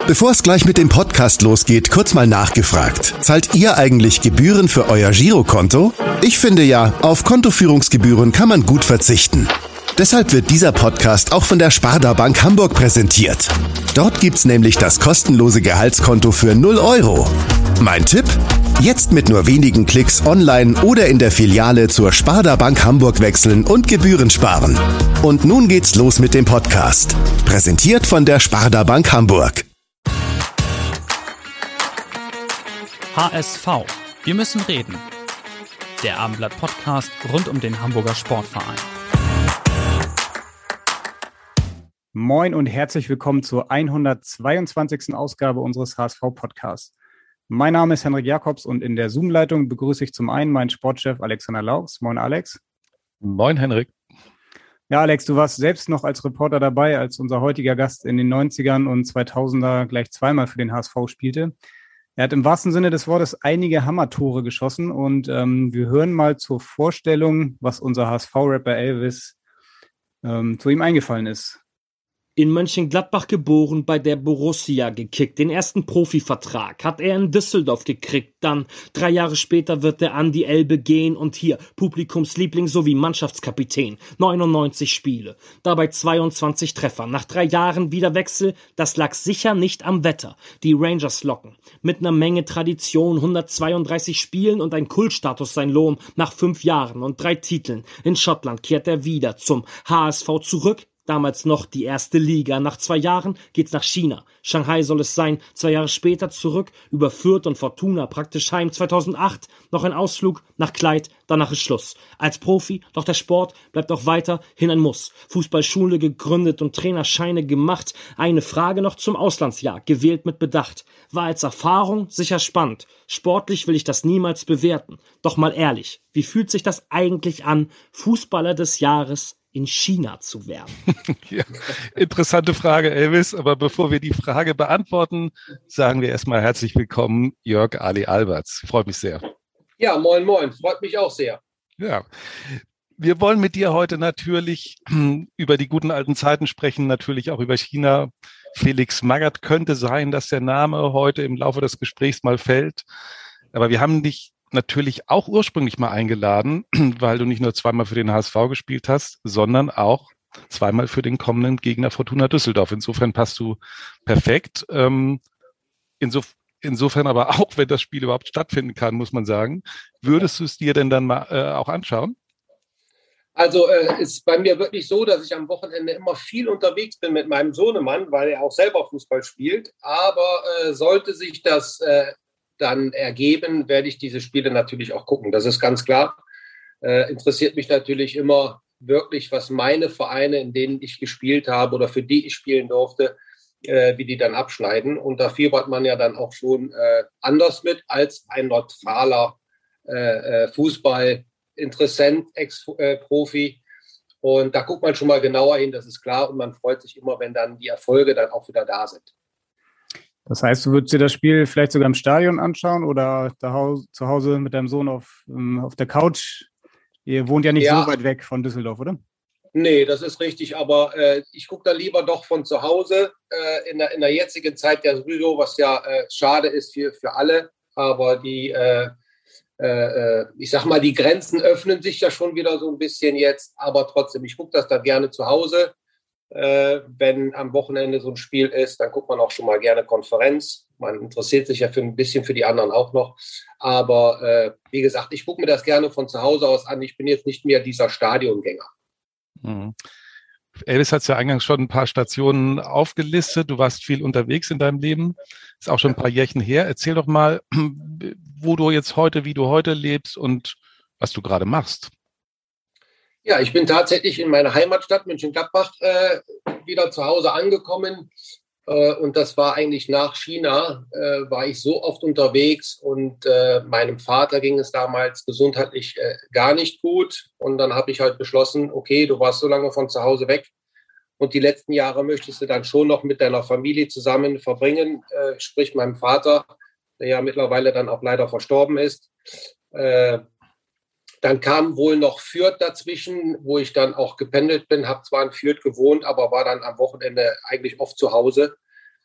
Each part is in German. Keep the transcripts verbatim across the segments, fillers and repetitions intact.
Bevor es gleich mit dem Podcast losgeht, kurz mal nachgefragt. Zahlt ihr eigentlich Gebühren für euer Girokonto? Ich finde ja, auf Kontoführungsgebühren kann man gut verzichten. Deshalb wird dieser Podcast auch von der Sparda Bank Hamburg präsentiert. Dort gibt's nämlich das kostenlose Gehaltskonto für null Euro. Mein Tipp? Jetzt mit nur wenigen Klicks online oder in der Filiale zur Sparda Bank Hamburg wechseln und Gebühren sparen. Und nun geht's los mit dem Podcast. Präsentiert von der Sparda Bank Hamburg. H S V. Wir müssen reden. Der Abendblatt-Podcast rund um den Hamburger Sportverein. Moin und herzlich willkommen zur hundertzweiundzwanzigsten Ausgabe unseres H S V-Podcasts. Mein Name ist Henrik Jakobs und in der Zoom-Leitung begrüße ich zum einen meinen Sportchef Alexander Laux. Moin Alex. Moin Henrik. Ja Alex, du warst selbst noch als Reporter dabei, als unser heutiger Gast in den neunzigern und zweitausender gleich zweimal für den H S V spielte. Er hat im wahrsten Sinne des Wortes einige Hammertore geschossen und ähm, wir hören mal zur Vorstellung, was unser H S V-Rapper Elvis ähm, zu ihm eingefallen ist. In Mönchengladbach geboren, bei der Borussia gekickt. Den ersten Profivertrag hat er in Düsseldorf gekriegt. Dann, drei Jahre später, wird er an die Elbe gehen und hier Publikumsliebling sowie Mannschaftskapitän. neunundneunzig Spiele, dabei zweiundzwanzig Treffer. Nach drei Jahren wieder Wechsel, das lag sicher nicht am Wetter. Die Rangers locken. Mit einer Menge Tradition, hundertzweiunddreißig Spielen und ein Kultstatus sein Lohn. Nach fünf Jahren und drei Titeln in Schottland kehrt er wieder zum H S V zurück. Damals noch die erste Liga. Nach zwei Jahren geht's nach China. Shanghai soll es sein. Zwei Jahre später zurück über Fürth und Fortuna praktisch heim. zweitausendacht noch ein Ausflug nach Clyde. Danach ist Schluss. Als Profi, doch der Sport bleibt auch weiterhin ein Muss. Fußballschule gegründet und Trainerscheine gemacht. Eine Frage noch zum Auslandsjahr. Gewählt mit Bedacht. War als Erfahrung sicher spannend. Sportlich will ich das niemals bewerten. Doch mal ehrlich, wie fühlt sich das eigentlich an, Fußballer des Jahres in China zu werden? Ja, interessante Frage, Elvis. Aber bevor wir die Frage beantworten, sagen wir erstmal herzlich willkommen, Jörg Ali Alberts. Freut mich sehr. Ja, moin, moin. Freut mich auch sehr. Ja, wir wollen mit dir heute natürlich über die guten alten Zeiten sprechen, natürlich auch über China. Felix Magath könnte sein, dass der Name heute im Laufe des Gesprächs mal fällt. Aber wir haben dich natürlich auch ursprünglich mal eingeladen, weil du nicht nur zweimal für den H S V gespielt hast, sondern auch zweimal für den kommenden Gegner Fortuna Düsseldorf. Insofern passt du perfekt. Ähm, insof- insofern aber auch, wenn das Spiel überhaupt stattfinden kann, muss man sagen. Würdest du es dir denn dann mal äh, auch anschauen? Also äh, ist bei mir wirklich so, dass ich am Wochenende immer viel unterwegs bin mit meinem Sohnemann, weil er auch selber Fußball spielt. Aber äh, sollte sich das äh, dann ergeben, werde ich diese Spiele natürlich auch gucken. Das ist ganz klar. Äh, interessiert mich natürlich immer wirklich, was meine Vereine, in denen ich gespielt habe oder für die ich spielen durfte, äh, wie die dann abschneiden. Und da fiebert man ja dann auch schon äh, anders mit als ein neutraler äh, Fußballinteressent, Ex-Profi. Und da guckt man schon mal genauer hin, das ist klar. Und man freut sich immer, wenn dann die Erfolge dann auch wieder da sind. Das heißt, du würdest dir das Spiel vielleicht sogar im Stadion anschauen oder zu Hause mit deinem Sohn auf, auf der Couch? Ihr wohnt ja nicht ja. so weit weg von Düsseldorf, oder? Nee, das ist richtig, aber äh, ich gucke da lieber doch von zu Hause äh, in, der, in der jetzigen Zeit ja sowieso, was ja äh, schade ist für, für alle, aber die, äh, äh, ich sag mal, die Grenzen öffnen sich ja schon wieder so ein bisschen jetzt, aber trotzdem, ich gucke das dann gerne zu Hause. Äh, wenn am Wochenende so ein Spiel ist, dann guckt man auch schon mal gerne Konferenz. Man interessiert sich ja für ein bisschen für die anderen auch noch. Aber äh, wie gesagt, ich gucke mir das gerne von zu Hause aus an. Ich bin jetzt nicht mehr dieser Stadiongänger. Mhm. Elvis hat es ja eingangs schon ein paar Stationen aufgelistet. Du warst viel unterwegs in deinem Leben. Ist auch schon ein paar Jährchen her. Erzähl doch mal, wo du jetzt heute, wie du heute lebst und was du gerade machst. Ja, ich bin tatsächlich in meiner Heimatstadt Mönchengladbach äh, wieder zu Hause angekommen. Äh, und das war eigentlich nach China, äh, war ich so oft unterwegs. Und äh, meinem Vater ging es damals gesundheitlich äh, gar nicht gut. Und dann habe ich halt beschlossen, okay, du warst so lange von zu Hause weg. Und die letzten Jahre möchtest du dann schon noch mit deiner Familie zusammen verbringen. Äh, sprich meinem Vater, der ja mittlerweile dann auch leider verstorben ist. Äh, Dann kam wohl noch Fürth dazwischen, wo ich dann auch gependelt bin, habe zwar in Fürth gewohnt, aber war dann am Wochenende eigentlich oft zu Hause.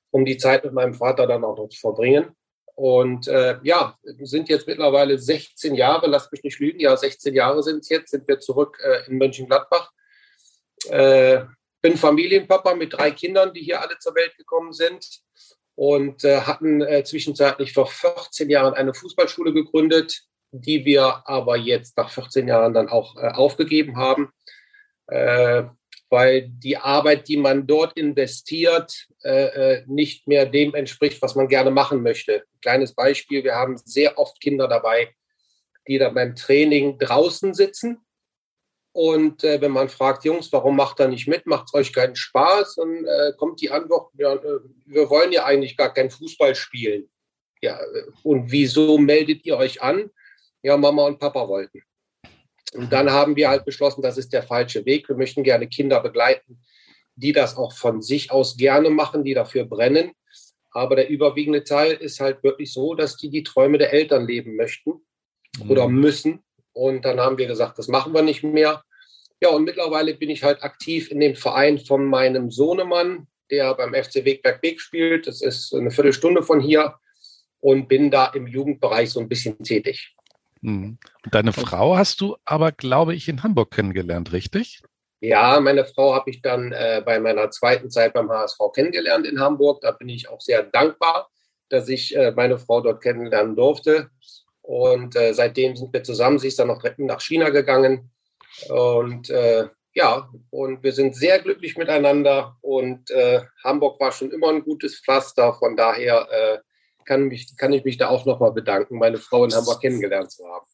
um die Zeit mit meinem Vater dann auch noch zu verbringen. Und äh, ja, sind jetzt mittlerweile sechzehn Jahre, lasst mich nicht lügen, ja, sechzehn Jahre sind es jetzt, sind wir zurück äh, in Mönchengladbach. Äh, bin Familienpapa mit drei Kindern, die hier alle zur Welt gekommen sind und äh, hatten äh, zwischenzeitlich vor vierzehn Jahren eine Fußballschule gegründet, die wir aber jetzt nach vierzehn Jahren dann auch äh, aufgegeben haben, äh, weil die Arbeit, die man dort investiert, äh, nicht mehr dem entspricht, was man gerne machen möchte. Kleines Beispiel, wir haben sehr oft Kinder dabei, die dann beim Training draußen sitzen. Und äh, wenn man fragt, Jungs, warum macht ihr nicht mit? Macht es euch keinen Spaß? Dann äh, kommt die Antwort, ja, äh, wir wollen ja eigentlich gar kein Fußball spielen. Ja, und wieso meldet ihr euch an? Ja, Mama und Papa wollten. Und dann haben wir halt beschlossen, das ist der falsche Weg. Wir möchten gerne Kinder begleiten, die das auch von sich aus gerne machen, die dafür brennen. Aber der überwiegende Teil ist halt wirklich so, dass die die Träume der Eltern leben möchten mhm. oder müssen. Und dann haben wir gesagt, das machen wir nicht mehr. Ja, und mittlerweile bin ich halt aktiv in dem Verein von meinem Sohnemann, der beim F C Wegberg-Beek spielt. Das ist eine Viertelstunde von hier und bin da im Jugendbereich so ein bisschen tätig. Und deine Frau hast du aber, glaube ich, in Hamburg kennengelernt, richtig? Ja, meine Frau habe ich dann äh, bei meiner zweiten Zeit beim H S V kennengelernt in Hamburg. Da bin ich auch sehr dankbar, dass ich äh, meine Frau dort kennenlernen durfte. Und äh, seitdem sind wir zusammen. Sie ist dann noch direkt nach China gegangen. Und äh, ja, und wir sind sehr glücklich miteinander. Und äh, Hamburg war schon immer ein gutes Pflaster. Von daher äh, kann, mich, kann ich mich da auch nochmal bedanken, meine Frau in Hamburg kennengelernt zu haben.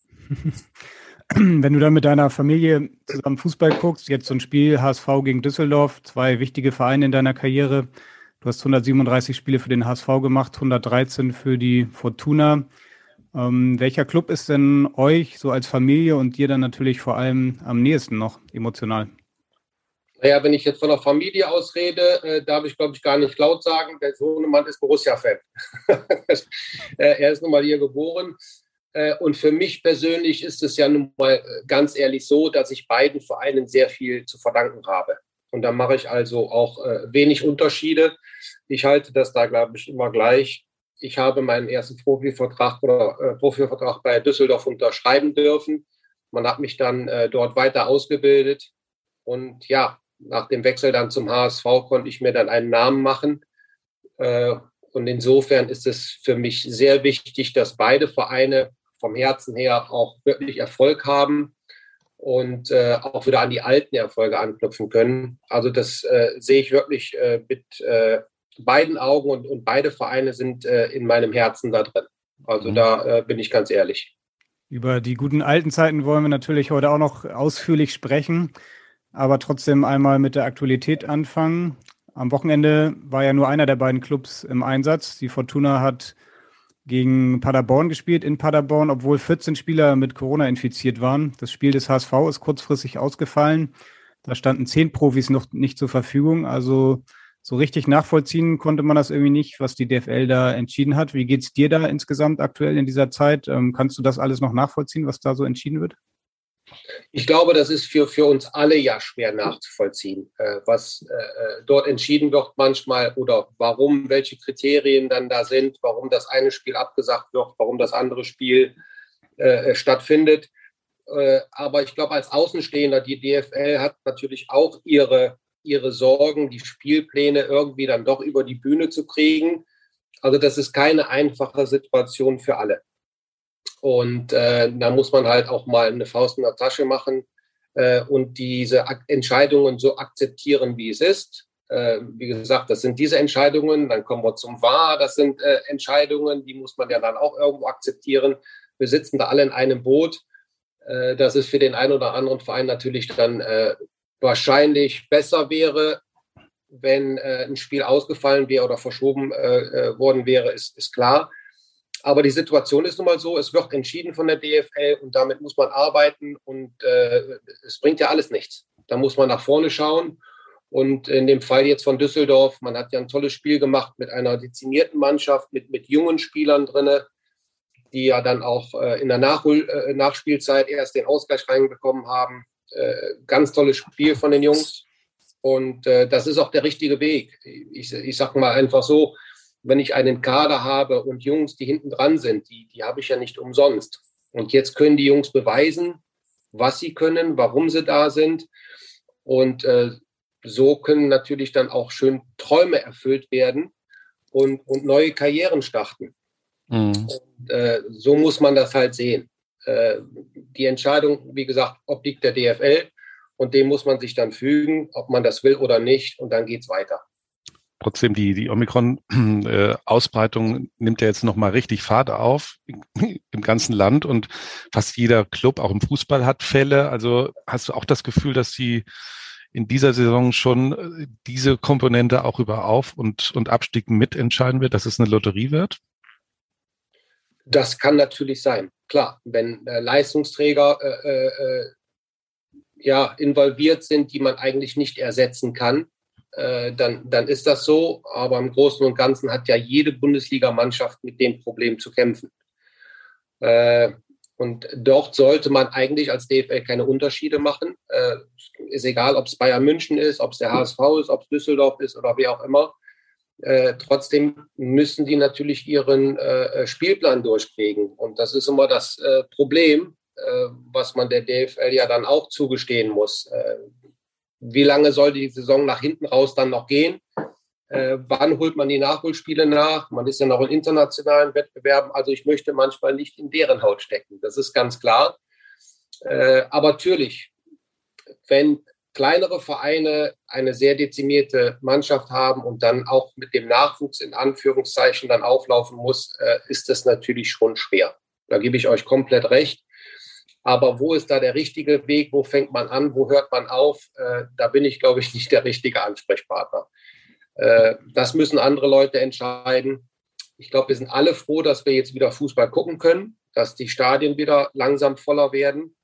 Wenn du dann mit deiner Familie zusammen Fußball guckst, jetzt so ein Spiel H S V gegen Düsseldorf, zwei wichtige Vereine in deiner Karriere. Du hast hundertsiebenunddreißig Spiele für den H S V gemacht, hundertdreizehn für die Fortuna. Ähm, welcher Club ist denn euch so als Familie und dir dann natürlich vor allem am nächsten noch emotional? Naja, wenn ich jetzt von der Familie aus rede, äh, darf ich, glaube ich, gar nicht laut sagen. Der Sohnemann ist Borussia-Fan. Er ist nun mal hier geboren. Äh, und für mich persönlich ist es ja nun mal ganz ehrlich so, dass ich beiden Vereinen sehr viel zu verdanken habe. Und da mache ich also auch äh, wenig Unterschiede. Ich halte das da, glaube ich, immer gleich. Ich habe meinen ersten Profivertrag oder äh, Profivertrag bei Düsseldorf unterschreiben dürfen. Man hat mich dann äh, dort weiter ausgebildet. Und ja, nach dem Wechsel dann zum H S V konnte ich mir dann einen Namen machen. Äh, und insofern ist es für mich sehr wichtig, dass beide Vereine vom Herzen her auch wirklich Erfolg haben und äh, auch wieder an die alten Erfolge anknüpfen können. Also das äh, sehe ich wirklich äh, mit äh, beiden Augen und, und beide Vereine sind äh, in meinem Herzen da drin. Also mhm. da äh, bin ich ganz ehrlich. Über die guten alten Zeiten wollen wir natürlich heute auch noch ausführlich sprechen, aber trotzdem einmal mit der Aktualität anfangen. Am Wochenende war ja nur einer der beiden Clubs im Einsatz. Die Fortuna hat gegen Paderborn gespielt, in Paderborn, obwohl vierzehn Spieler mit Corona infiziert waren. Das Spiel des H S V ist kurzfristig ausgefallen. Da standen zehn Profis noch nicht zur Verfügung. Also so richtig nachvollziehen konnte man das irgendwie nicht, was die D F L da entschieden hat. Wie geht's dir da insgesamt aktuell in dieser Zeit? Ähm, kannst du das alles noch nachvollziehen, was da so entschieden wird? Ich glaube, das ist für, für uns alle ja schwer nachzuvollziehen, äh, was äh, dort entschieden wird manchmal oder warum, welche Kriterien dann da sind, warum das eine Spiel abgesagt wird, warum das andere Spiel äh, stattfindet. Äh, aber ich glaube, als Außenstehender, die D F L hat natürlich auch ihre, ihre Sorgen, die Spielpläne irgendwie dann doch über die Bühne zu kriegen. Also das ist keine einfache Situation für alle. Und äh, da muss man halt auch mal eine Faust in der Tasche machen äh, und diese Ak- Entscheidungen so akzeptieren, wie es ist. Äh, wie gesagt, das sind diese Entscheidungen. Dann kommen wir zum V A R. Das sind äh, Entscheidungen, die muss man ja dann auch irgendwo akzeptieren. Wir sitzen da alle in einem Boot. Äh, dass es für den einen oder anderen Verein natürlich dann äh, wahrscheinlich besser wäre, wenn äh, ein Spiel ausgefallen wäre oder verschoben äh, äh, worden wäre, ist, ist klar. Aber die Situation ist nun mal so, es wird entschieden von der D F L und damit muss man arbeiten und äh, es bringt ja alles nichts. Da muss man nach vorne schauen und in dem Fall jetzt von Düsseldorf, man hat ja ein tolles Spiel gemacht mit einer dezimierten Mannschaft, mit, mit jungen Spielern drin, die ja dann auch äh, in der Nachhol- äh, Nachspielzeit erst den Ausgleich reinbekommen haben. Äh, ganz tolles Spiel von den Jungs und äh, das ist auch der richtige Weg. Ich, ich sage mal einfach so, wenn ich einen Kader habe und Jungs, die hinten dran sind, die, die habe ich ja nicht umsonst. Und jetzt können die Jungs beweisen, was sie können, warum sie da sind. Und äh, so können natürlich dann auch schön Träume erfüllt werden und, und neue Karrieren starten. Mhm. Und, äh, so muss man das halt sehen. Äh, die Entscheidung, wie gesagt, obliegt der D F L und dem muss man sich dann fügen, ob man das will oder nicht, und dann geht's weiter. Trotzdem, die, die Omikron-Ausbreitung nimmt ja jetzt nochmal richtig Fahrt auf im ganzen Land und fast jeder Club, auch im Fußball, hat Fälle. Also hast du auch das Gefühl, dass sie in dieser Saison schon diese Komponente auch über Auf- und, und Abstieg mitentscheiden wird, dass es eine Lotterie wird? Das kann natürlich sein. Klar, wenn äh, Leistungsträger äh, äh, ja, involviert sind, die man eigentlich nicht ersetzen kann, Dann, dann ist das so, aber im Großen und Ganzen hat ja jede Bundesligamannschaft mit dem Problem zu kämpfen. Äh, und dort sollte man eigentlich als D F L keine Unterschiede machen. Äh, ist egal, ob es Bayern München ist, ob es der H S V ist, ob es Düsseldorf ist oder wer auch immer. Äh, trotzdem müssen die natürlich ihren äh, Spielplan durchkriegen. Und das ist immer das äh, Problem, äh, was man der D F L ja dann auch zugestehen muss. Äh, Wie lange soll die Saison nach hinten raus dann noch gehen? Äh, wann holt man die Nachholspiele nach? Man ist ja noch in internationalen Wettbewerben. Also ich möchte manchmal nicht in deren Haut stecken. Das ist ganz klar. Äh, aber natürlich, wenn kleinere Vereine eine sehr dezimierte Mannschaft haben und dann auch mit dem Nachwuchs in Anführungszeichen dann auflaufen muss, äh, ist das natürlich schon schwer. Da gebe ich euch komplett recht. Aber wo ist da der richtige Weg? Wo fängt man an? Wo hört man auf? Äh, da bin ich, glaube ich, nicht der richtige Ansprechpartner. Äh, das müssen andere Leute entscheiden. Ich glaube, wir sind alle froh, dass wir jetzt wieder Fußball gucken können, dass die Stadien wieder langsam voller werden.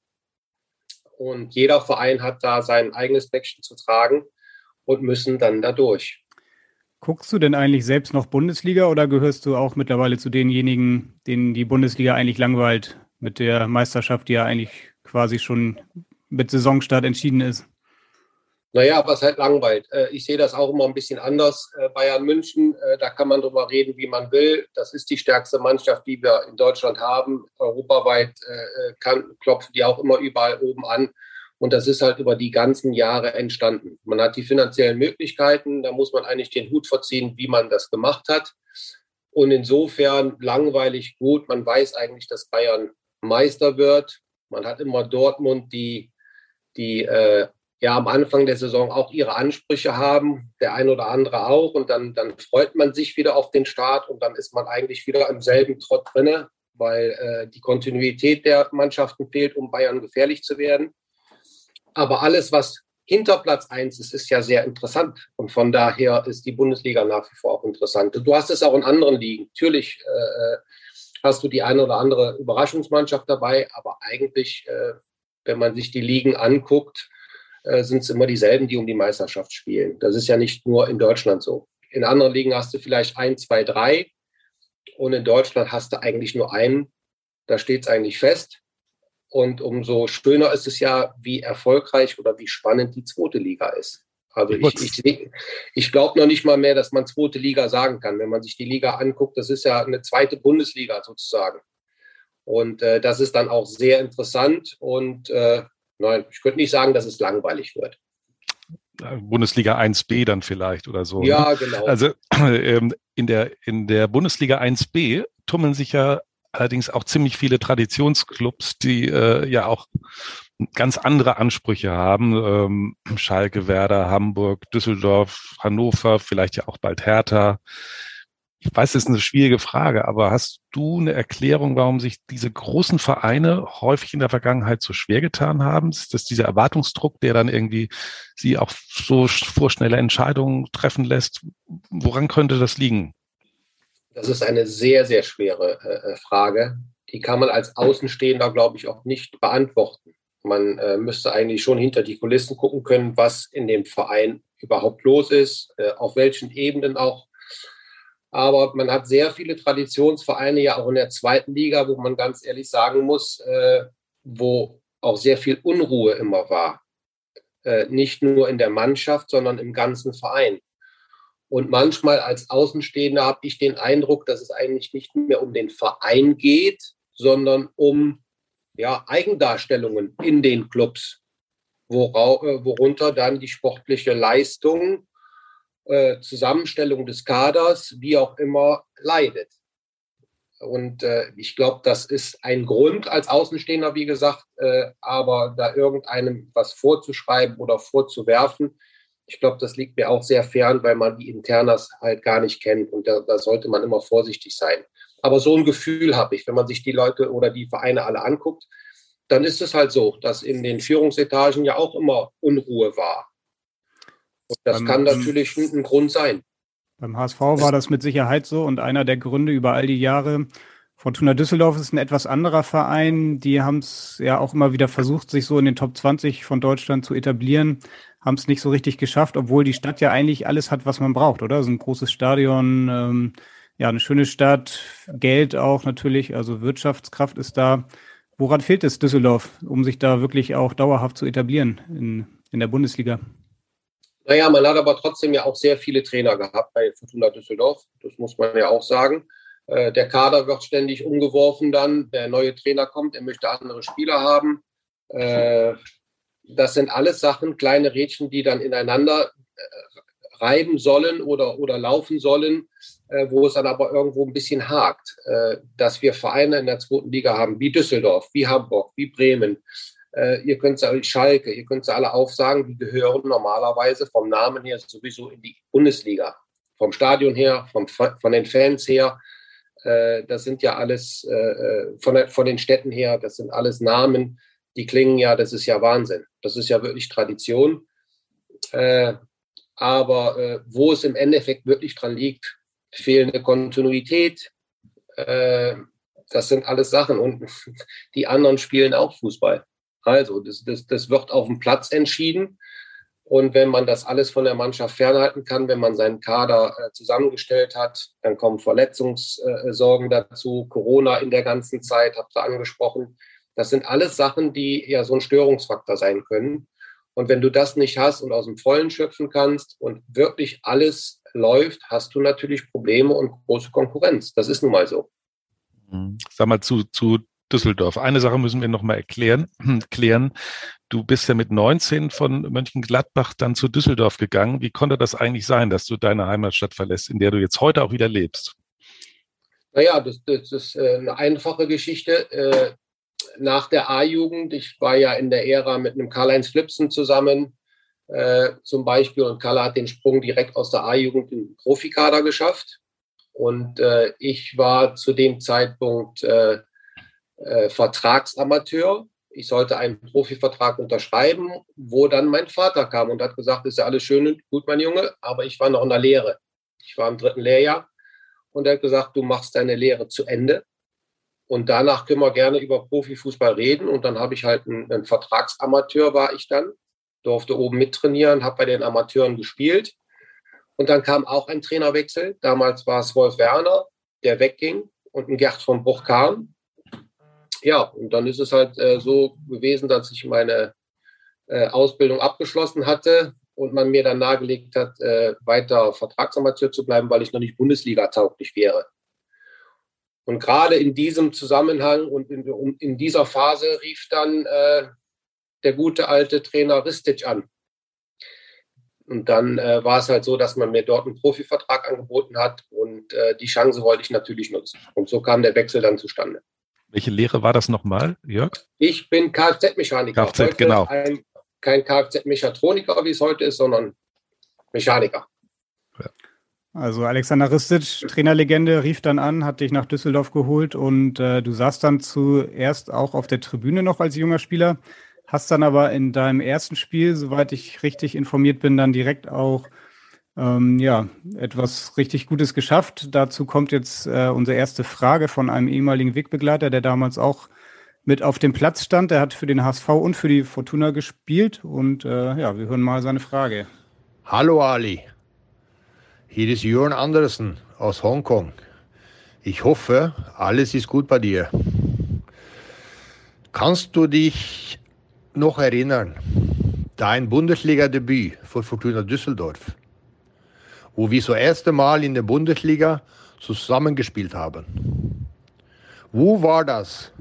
Und jeder Verein hat da sein eigenes Päckchen zu tragen und müssen dann da durch. Guckst du denn eigentlich selbst noch Bundesliga oder gehörst du auch mittlerweile zu denjenigen, denen die Bundesliga eigentlich langweilt? Mit der Meisterschaft, die ja eigentlich quasi schon mit Saisonstart entschieden ist. Naja, was halt langweilt. Ich sehe das auch immer ein bisschen anders. Bayern München, da kann man drüber reden, wie man will. Das ist die stärkste Mannschaft, die wir in Deutschland haben. Europaweit kann, klopfen die auch immer überall oben an. Und das ist halt über die ganzen Jahre entstanden. Man hat die finanziellen Möglichkeiten, da muss man eigentlich den Hut vorziehen, wie man das gemacht hat. Und insofern langweilig gut. Man weiß eigentlich, dass Bayern Meister wird. Man hat immer Dortmund, die, die äh, ja am Anfang der Saison auch ihre Ansprüche haben, der ein oder andere auch. Und dann, dann freut man sich wieder auf den Start und dann ist man eigentlich wieder im selben Trott drinne, weil äh, die Kontinuität der Mannschaften fehlt, um Bayern gefährlich zu werden. Aber alles, was hinter Platz eins ist, ist ja sehr interessant. Und von daher ist die Bundesliga nach wie vor auch interessant. Du hast es auch in anderen Ligen. Natürlich äh, hast du die eine oder andere Überraschungsmannschaft dabei, aber eigentlich, äh, wenn man sich die Ligen anguckt, äh, sind es immer dieselben, die um die Meisterschaft spielen. Das ist ja nicht nur in Deutschland so. In anderen Ligen hast du vielleicht ein, zwei, drei und in Deutschland hast du eigentlich nur einen. Da steht es eigentlich fest. Und umso schöner ist es ja, wie erfolgreich oder wie spannend die zweite Liga ist. Also ich, ich, ich glaube noch nicht mal mehr, dass man zweite Liga sagen kann. Wenn man sich die Liga anguckt, das ist ja eine zweite Bundesliga sozusagen. Und äh, das ist dann auch sehr interessant. Und äh, nein, ich könnte nicht sagen, dass es langweilig wird. Bundesliga eins b dann vielleicht oder so. Ja, ne? genau. Also ähm, in der, in der Bundesliga eins b tummeln sich ja allerdings auch ziemlich viele Traditionsclubs, die äh, ja auch ganz andere Ansprüche haben. Ähm, Schalke, Werder, Hamburg, Düsseldorf, Hannover, vielleicht ja auch bald Hertha. Ich weiß, das ist eine schwierige Frage, aber hast du eine Erklärung, warum sich diese großen Vereine häufig in der Vergangenheit so schwer getan haben? Ist das dieser Erwartungsdruck, der dann irgendwie sie auch so vorschnelle Entscheidungen treffen lässt? Woran könnte das liegen? Das ist eine sehr, sehr schwere äh, Frage. Die kann man als Außenstehender, glaube ich, auch nicht beantworten. Man äh, müsste eigentlich schon hinter die Kulissen gucken können, was in dem Verein überhaupt los ist, äh, auf welchen Ebenen auch. Aber man hat sehr viele Traditionsvereine ja auch in der zweiten Liga, wo man ganz ehrlich sagen muss, äh, wo auch sehr viel Unruhe immer war. Äh, nicht nur in der Mannschaft, sondern im ganzen Verein. Und manchmal als Außenstehender habe ich den Eindruck, dass es eigentlich nicht mehr um den Verein geht, sondern um ja, Eigendarstellungen in den Clubs, wora, worunter dann die sportliche Leistung, äh, Zusammenstellung des Kaders, wie auch immer, leidet. Und äh, ich glaube, das ist ein Grund als Außenstehender, wie gesagt, äh, aber da irgendeinem was vorzuschreiben oder vorzuwerfen, ich glaube, das liegt mir auch sehr fern, weil man die Internas halt gar nicht kennt und da, da sollte man immer vorsichtig sein. Aber so ein Gefühl habe ich, wenn man sich die Leute oder die Vereine alle anguckt, dann ist es halt so, dass in den Führungsetagen ja auch immer Unruhe war. Und das beim, kann natürlich ein, ein Grund sein. Beim H S V war das mit Sicherheit so und einer der Gründe über all die Jahre. Fortuna Düsseldorf ist ein etwas anderer Verein. Die haben es ja auch immer wieder versucht, sich so in den Top zwanzig von Deutschland zu etablieren, haben es nicht so richtig geschafft, obwohl die Stadt ja eigentlich alles hat, was man braucht, oder? So ein großes Stadion, ähm, ja, eine schöne Stadt, Geld auch natürlich, also Wirtschaftskraft ist da. Woran fehlt es Düsseldorf, um sich da wirklich auch dauerhaft zu etablieren in, in der Bundesliga? Naja, man hat aber trotzdem ja auch sehr viele Trainer gehabt bei Fortuna Düsseldorf. Das muss man ja auch sagen. Äh, der Kader wird ständig umgeworfen dann. Der neue Trainer kommt, er möchte andere Spieler haben. Äh, das sind alles Sachen, kleine Rädchen, die dann ineinander äh, reiben sollen oder, oder laufen sollen, äh, wo es dann aber irgendwo ein bisschen hakt. Äh, dass wir Vereine in der zweiten Liga haben, wie Düsseldorf, wie Hamburg, wie Bremen, äh, ihr könnt sie Schalke, ihr könnt sie alle aufsagen, die gehören normalerweise vom Namen her sowieso in die Bundesliga. Vom Stadion her, vom, von den Fans her, äh, das sind ja alles, äh, von, der, von den Städten her, das sind alles Namen, die klingen ja, das ist ja Wahnsinn. Das ist ja wirklich Tradition. Äh, aber äh, wo es im Endeffekt wirklich dran liegt, fehlende Kontinuität, äh, das sind alles Sachen. Und die anderen spielen auch Fußball. Also das, das, das wird auf dem Platz entschieden. Und wenn man das alles von der Mannschaft fernhalten kann, wenn man seinen Kader äh, zusammengestellt hat, dann kommen Verletzungssorgen dazu, Corona in der ganzen Zeit, habt ihr angesprochen. Das sind alles Sachen, die ja so ein Störungsfaktor sein können. Und wenn du das nicht hast und aus dem Vollen schöpfen kannst und wirklich alles läuft, hast du natürlich Probleme und große Konkurrenz. Das ist nun mal so. Sag mal zu, zu Düsseldorf. Eine Sache müssen wir noch mal erklären, klären. Du bist ja mit neunzehn von Mönchengladbach dann zu Düsseldorf gegangen. Wie konnte das eigentlich sein, dass du deine Heimatstadt verlässt, in der du jetzt heute auch wieder lebst? Naja, das, das ist eine einfache Geschichte. Nach der A-Jugend, ich war ja in der Ära mit einem Karl-Heinz Flipsen zusammen äh, zum Beispiel und Karl hat den Sprung direkt aus der A-Jugend in den Profikader geschafft und äh, ich war zu dem Zeitpunkt äh, äh, Vertragsamateur. Ich sollte einen Profivertrag unterschreiben, wo dann mein Vater kam und hat gesagt, ist ja alles schön und gut, mein Junge, aber ich war noch in der Lehre. Ich war im dritten Lehrjahr und er hat gesagt, du machst deine Lehre zu Ende. Und danach können wir gerne über Profifußball reden. Und dann habe ich halt einen, einen Vertragsamateur, war ich dann, durfte oben mittrainieren, habe bei den Amateuren gespielt. Und dann kam auch ein Trainerwechsel. Damals war es Wolf Werner, der wegging und ein Gerd von Bruch kam. Ja, und dann ist es halt äh, so gewesen, dass ich meine äh, Ausbildung abgeschlossen hatte und man mir dann nahegelegt hat, äh, weiter Vertragsamateur zu bleiben, weil ich noch nicht Bundesliga-tauglich wäre. Und gerade in diesem Zusammenhang und in, in dieser Phase rief dann äh, der gute alte Trainer Ristic an. Und dann äh, war es halt so, dass man mir dort einen Profivertrag angeboten hat und äh, die Chance wollte ich natürlich nutzen. Und so kam der Wechsel dann zustande. Welche Lehre war das nochmal, Jörg? Ich bin Kfz-Mechaniker. Kfz, heute genau. Ein, kein Kfz-Mechatroniker, wie es heute ist, sondern Mechaniker. Ja. Also Alexander Ristic, Trainerlegende, rief dann an, hat dich nach Düsseldorf geholt und äh, du saßt dann zuerst auch auf der Tribüne noch als junger Spieler, hast dann aber in deinem ersten Spiel, soweit ich richtig informiert bin, dann direkt auch ähm, ja etwas richtig Gutes geschafft. Dazu kommt jetzt äh, unsere erste Frage von einem ehemaligen Wegbegleiter, der damals auch mit auf dem Platz stand. Der hat für den H S V und für die Fortuna gespielt und äh, ja, wir hören mal seine Frage. Hallo Ali. Hier ist Jörn Andersen aus Hongkong. Ich hoffe, alles ist gut bei dir. Kannst du dich noch erinnern, dein Bundesliga-Debüt für Fortuna Düsseldorf? wo wir das erste Mal in der Bundesliga zusammengespielt haben. Wo war das?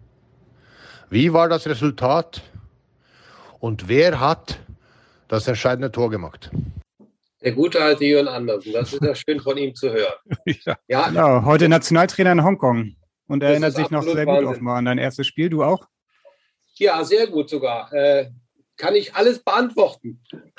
Wie war das Resultat? Und wer hat das entscheidende Tor gemacht? Der gute alte Jürgen Andersen, das ist ja schön von ihm zu hören. Ja, ja genau, heute Nationaltrainer in Hongkong und er erinnert sich noch sehr Wahnsinn. gut offenbar an dein erstes Spiel. Du auch? Ja, sehr gut sogar. Äh, kann ich alles beantworten.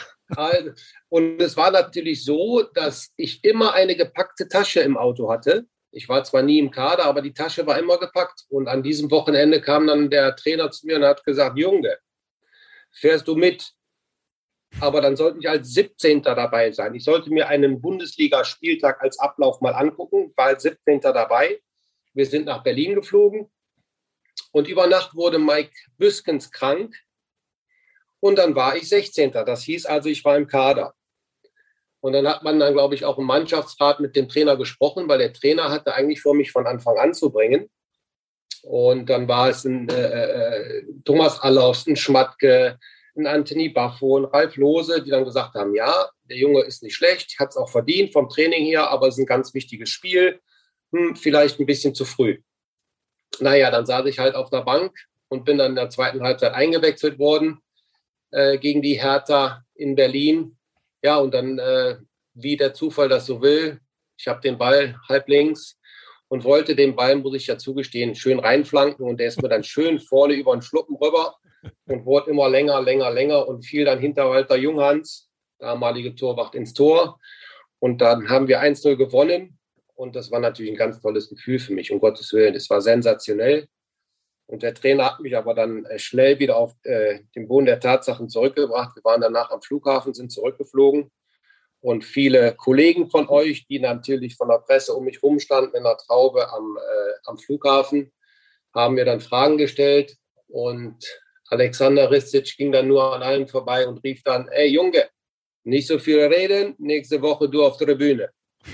Und es war natürlich so, dass ich immer eine gepackte Tasche im Auto hatte. Ich war zwar nie im Kader, aber die Tasche war immer gepackt. Und an diesem Wochenende kam dann der Trainer zu mir und hat gesagt, Junge, fährst du mit? Aber dann sollte ich als siebzehnter dabei sein. Ich sollte mir einen Bundesliga-Spieltag als Ablauf mal angucken, war als siebzehnter dabei. Wir sind nach Berlin geflogen und über Nacht wurde Mike Büskens krank und dann war ich sechzehnter. Das hieß also, ich war im Kader. Und dann hat man dann, glaube ich, auch im Mannschaftsrat mit dem Trainer gesprochen, weil der Trainer hatte eigentlich vor, mich von Anfang an zu bringen. Und dann war es ein äh, Thomas Allofs, ein Schmatke, ein Anthony Baffo, ein Ralf Lohse, die dann gesagt haben, ja, der Junge ist nicht schlecht, hat es auch verdient vom Training her, aber es ist ein ganz wichtiges Spiel, hm, vielleicht ein bisschen zu früh. Naja, dann saß ich halt auf der Bank und bin dann in der zweiten Halbzeit eingewechselt worden äh, gegen die Hertha in Berlin. Ja, und dann, äh, wie der Zufall das so will, ich habe den Ball halb links und wollte den Ball, muss ich ja zugestehen, schön reinflanken und der ist mir dann schön vorne über den Schluppen rüber und wurde immer länger, länger, länger und fiel dann hinter Walter Junghans, damalige Torwart, ins Tor. Und dann haben wir eins null gewonnen und das war natürlich ein ganz tolles Gefühl für mich, um Gottes Willen. Es war sensationell und der Trainer hat mich aber dann schnell wieder auf äh, den Boden der Tatsachen zurückgebracht. Wir waren danach am Flughafen, sind zurückgeflogen und viele Kollegen von euch, die natürlich von der Presse um mich rumstanden in der Traube am, äh, am Flughafen, haben mir dann Fragen gestellt und Alexander Ristic ging dann nur an allen vorbei und rief dann, ey Junge, nicht so viel reden, nächste Woche du auf der Tribüne.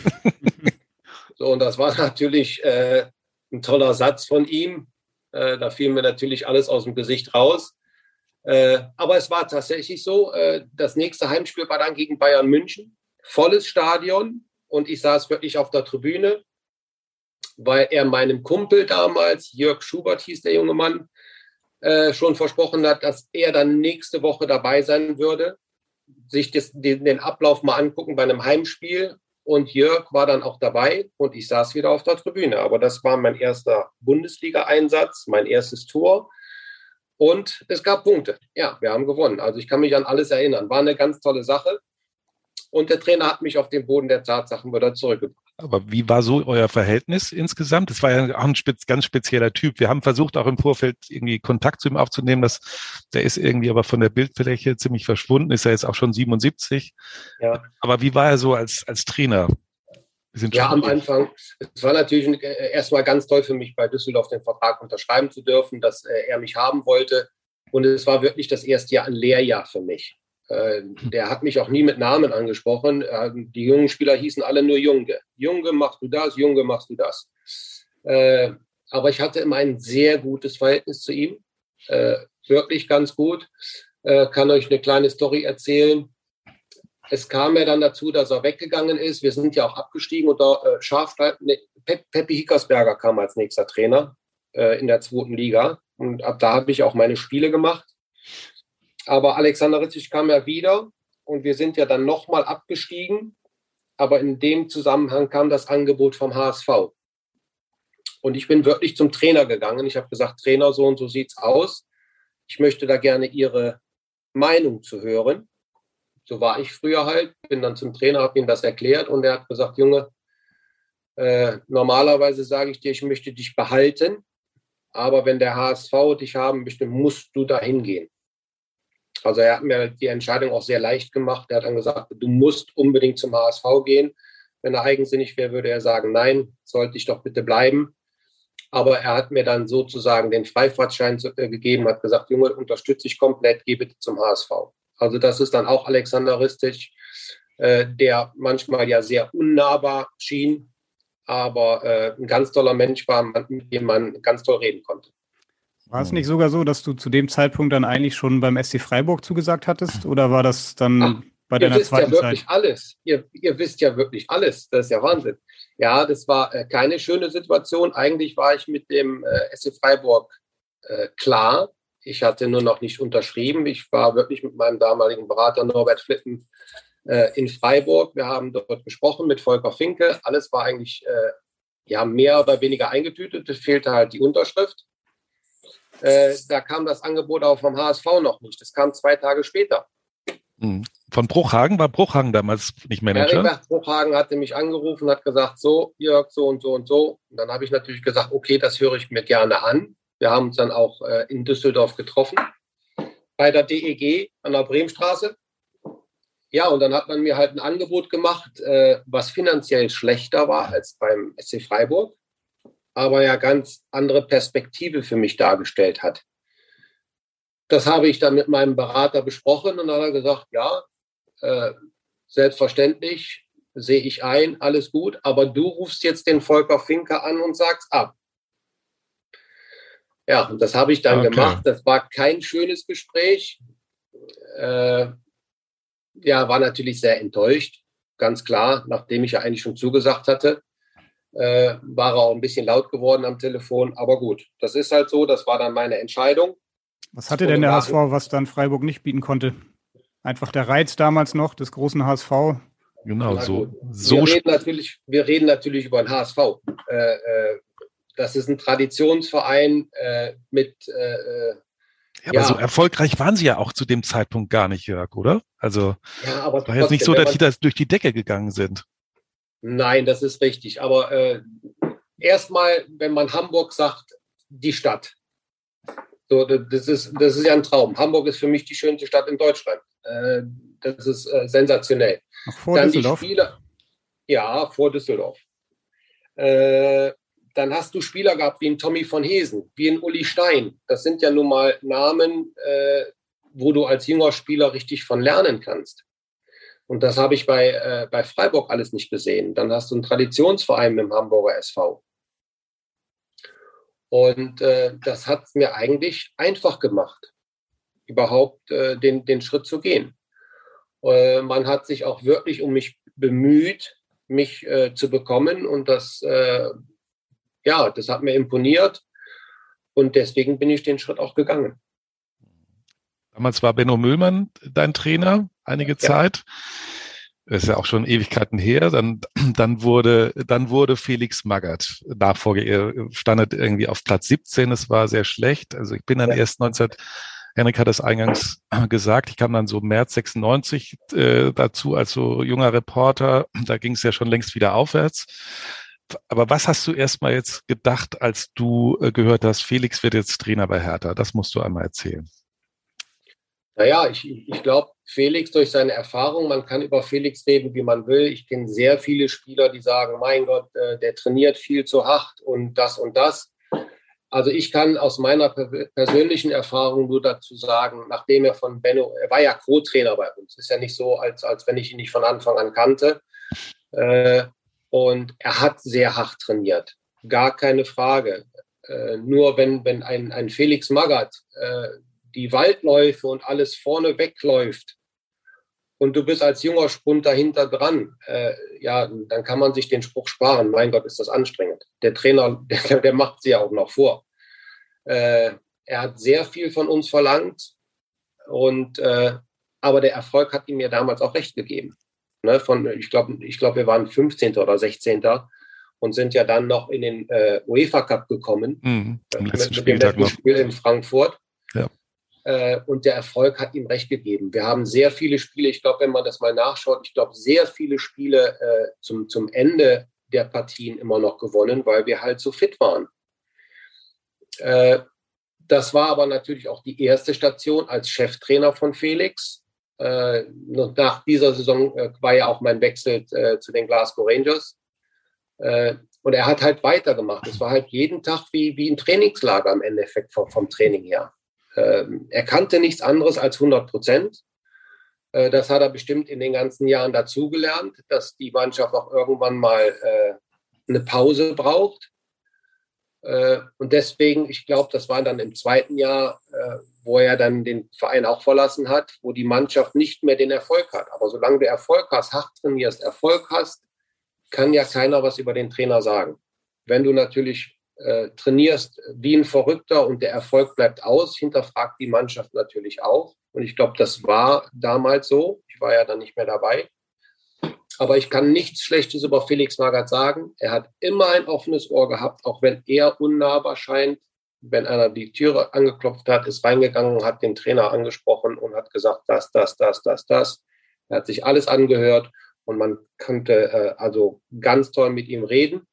So, und das war natürlich äh, ein toller Satz von ihm. Äh, da fiel mir natürlich alles aus dem Gesicht raus. Äh, aber es war tatsächlich so, äh, das nächste Heimspiel war dann gegen Bayern München. Volles Stadion und ich saß wirklich auf der Tribüne, weil er meinem Kumpel damals, Jörg Schubert hieß der junge Mann, äh, schon versprochen hat, dass er dann nächste Woche dabei sein würde, sich das, den, den Ablauf mal angucken bei einem Heimspiel. Und Jörg war dann auch dabei und ich saß wieder auf der Tribüne. Aber das war mein erster Bundesliga-Einsatz, mein erstes Tor. Und es gab Punkte. Ja, wir haben gewonnen. Also ich kann mich an alles erinnern. War eine ganz tolle Sache. Und der Trainer hat mich auf den Boden der Tatsachen wieder zurückgebracht. Aber wie war so euer Verhältnis insgesamt? Das war ja auch ein spez- ganz spezieller Typ. Wir haben versucht, auch im Vorfeld irgendwie Kontakt zu ihm aufzunehmen. Das, der ist irgendwie aber von der Bildfläche ziemlich verschwunden. Ist ja jetzt auch schon siebenundsiebzig. Ja. Aber wie war er so als, als Trainer? Ja, am Anfang. Es war natürlich erstmal ganz toll für mich, bei Düsseldorf den Vertrag unterschreiben zu dürfen, dass er mich haben wollte. Und es war wirklich das erste Jahr ein Lehrjahr für mich. Der hat mich auch nie mit Namen angesprochen. Die jungen Spieler hießen alle nur Junge. Junge, machst du das? Junge, machst du das? Aber ich hatte immer ein sehr gutes Verhältnis zu ihm. Wirklich ganz gut. Kann euch eine kleine Story erzählen. Es kam ja dann dazu, dass er weggegangen ist. Wir sind ja auch abgestiegen und da Schafstein, ne, Pe- Peppi Hickersberger kam als nächster Trainer in der zweiten Liga. Und ab da habe ich auch meine Spiele gemacht. Aber Alexander Ristic kam ja wieder und wir sind ja dann nochmal abgestiegen. Aber in dem Zusammenhang kam das Angebot vom H S V. Und ich bin wirklich zum Trainer gegangen. Ich habe gesagt, Trainer, so und so sieht's aus. Ich möchte da gerne Ihre Meinung zu hören. So war ich früher halt. Bin dann zum Trainer, habe ihm das erklärt und er hat gesagt, Junge, äh, normalerweise sage ich dir, ich möchte dich behalten. Aber wenn der H S V dich haben möchte, musst du da hingehen. Also er hat mir die Entscheidung auch sehr leicht gemacht. Er hat dann gesagt, du musst unbedingt zum H S V gehen. Wenn er eigensinnig wäre, würde er sagen, nein, sollte ich doch bitte bleiben. Aber er hat mir dann sozusagen den Freifahrtschein gegeben, hat gesagt, Junge, unterstütze ich komplett, geh bitte zum H S V. Also das ist dann auch Alexander Ristic, äh, der manchmal ja sehr unnahbar schien, aber äh, ein ganz toller Mensch war, mit dem man ganz toll reden konnte. War es nicht sogar so, dass du zu dem Zeitpunkt dann eigentlich schon beim S C Freiburg zugesagt hattest? Oder war das dann Ach. bei ihr deiner wisst ja zweiten wirklich Zeit? alles. Ihr, ihr wisst ja wirklich alles. Das ist ja Wahnsinn. Ja, das war äh, keine schöne Situation. Eigentlich war ich mit dem äh, S C Freiburg äh, klar. Ich hatte nur noch nicht unterschrieben. Ich war wirklich mit meinem damaligen Berater Norbert Flippen äh, in Freiburg. Wir haben dort gesprochen mit Volker Finke. Alles war eigentlich äh, ja, mehr oder weniger eingetütet. Es fehlte halt die Unterschrift. Äh, da kam das Angebot auch vom H S V noch nicht. Das kam zwei Tage später. Von Bruchhagen? War Bruchhagen damals nicht Manager? Heribert Bruchhagen hatte mich angerufen, hat gesagt, so, Jörg, so und so und so. Und dann habe ich natürlich gesagt, okay, das höre ich mir gerne an. Wir haben uns dann auch äh, in Düsseldorf getroffen, bei der D E G an der Bremenstraße. Ja, und dann hat man mir halt ein Angebot gemacht, äh, was finanziell schlechter war als beim S C Freiburg, aber ja ganz andere Perspektive für mich dargestellt hat. Das habe ich dann mit meinem Berater besprochen und dann hat er gesagt, ja, äh, selbstverständlich sehe ich ein, alles gut, aber du rufst jetzt den Volker Finke an und sagst ab. Ja, und das habe ich dann okay. gemacht. Das war kein schönes Gespräch. Äh, ja, war natürlich sehr enttäuscht, ganz klar, nachdem ich ja eigentlich schon zugesagt hatte. Äh, war er auch ein bisschen laut geworden am Telefon, aber gut, das ist halt so, das war dann meine Entscheidung. Was hatte denn der H S V, was dann Freiburg nicht bieten konnte? Einfach der Reiz damals noch des großen H S V. Genau, so. so wir, reden natürlich, wir reden natürlich über den H S V. Äh, äh, das ist ein Traditionsverein äh, mit... Äh, ja, aber ja. so erfolgreich waren sie ja auch zu dem Zeitpunkt gar nicht, Jörg, oder? Also ja, aber war jetzt nicht so, dass die da durch die Decke gegangen sind. Nein, das ist richtig. Aber äh, erstmal, wenn man Hamburg sagt, die Stadt. So, das ist, das ist ja ein Traum. Hamburg ist für mich die schönste Stadt in Deutschland. Äh, das ist äh, sensationell. Ach, vor dann Düsseldorf? Die Spieler, ja, vor Düsseldorf. Äh, dann hast du Spieler gehabt wie ein Tommy von Hesen, wie ein Uli Stein. Das sind ja nun mal Namen, äh, wo du als junger Spieler richtig von lernen kannst. Und das habe ich bei, äh, bei Freiburg alles nicht gesehen. Dann hast du einen Traditionsverein mit dem Hamburger S V. Und äh, das hat es mir eigentlich einfach gemacht, überhaupt äh, den, den Schritt zu gehen. Äh, man hat sich auch wirklich um mich bemüht, mich äh, zu bekommen. Und das, äh, ja, das hat mir imponiert. Und deswegen bin ich den Schritt auch gegangen. Damals war Benno Müllmann dein Trainer, einige ja. Zeit. Das ist ja auch schon Ewigkeiten her. Dann, dann wurde, dann wurde Felix Magath Nachfolger. Ihr standet irgendwie auf Platz siebzehn. Es war sehr schlecht. Also ich bin dann ja. erst neunzehn, Henrik hat es eingangs gesagt, ich kam dann so März sechsundneunzig äh, dazu als so junger Reporter. Da ging es ja schon längst wieder aufwärts. Aber was hast du erstmal jetzt gedacht, als du äh, gehört hast, Felix wird jetzt Trainer bei Hertha? Das musst du einmal erzählen. Naja, ich, ich glaube, Felix durch seine Erfahrung, man kann über Felix reden, wie man will. Ich kenne sehr viele Spieler, die sagen, mein Gott, äh, der trainiert viel zu hart und das und das. Also ich kann aus meiner per- persönlichen Erfahrung nur dazu sagen, nachdem er von Benno, er war ja Co-Trainer bei uns, ist ja nicht so, als, als wenn ich ihn nicht von Anfang an kannte. Äh, und er hat sehr hart trainiert, gar keine Frage. Äh, nur wenn, wenn ein, ein Felix Magath äh, die Waldläufe und alles vorne wegläuft und du bist als junger Sprinter hinter dran, äh, ja, dann kann man sich den Spruch sparen. Mein Gott, ist das anstrengend. Der Trainer, der, der macht sie ja auch noch vor. Äh, er hat sehr viel von uns verlangt, und, äh, aber der Erfolg hat ihm ja damals auch recht gegeben. Ne, von, ich glaube, ich glaub, wir waren fünfzehnter oder sechzehnter und sind ja dann noch in den äh, UEFA Cup gekommen, mhm, äh, mit, mit dem letzten Spiel in Frankfurt. Ja. Und der Erfolg hat ihm recht gegeben. Wir haben sehr viele Spiele, ich glaube, wenn man das mal nachschaut, ich glaube, sehr viele Spiele äh, zum, zum Ende der Partien immer noch gewonnen, weil wir halt so fit waren. Äh, das war aber natürlich auch die erste Station als Cheftrainer von Felix. Äh, nach dieser Saison äh, war ja auch mein Wechsel äh, zu den Glasgow Rangers. Äh, und er hat halt weitergemacht. Es war halt jeden Tag wie, wie ein Trainingslager im Endeffekt vom, vom Training her. Er kannte nichts anderes als hundert Prozent. Das hat er bestimmt in den ganzen Jahren dazugelernt, dass die Mannschaft auch irgendwann mal eine Pause braucht. Und deswegen, ich glaube, das war dann im zweiten Jahr, wo er dann den Verein auch verlassen hat, wo die Mannschaft nicht mehr den Erfolg hat. Aber solange du Erfolg hast, hart trainierst, Erfolg hast, kann ja keiner was über den Trainer sagen. Wenn du natürlich äh, trainierst wie ein Verrückter und der Erfolg bleibt aus, hinterfragt die Mannschaft natürlich auch. Und ich glaube, das war damals so. Ich war ja dann nicht mehr dabei. Aber ich kann nichts Schlechtes über Felix Magath sagen. Er hat immer ein offenes Ohr gehabt, auch wenn er unnahbar scheint. Wenn einer die Türe angeklopft hat, ist reingegangen, hat den Trainer angesprochen und hat gesagt, das, das, das, das, das. Er hat sich alles angehört und man konnte äh, also ganz toll mit ihm reden.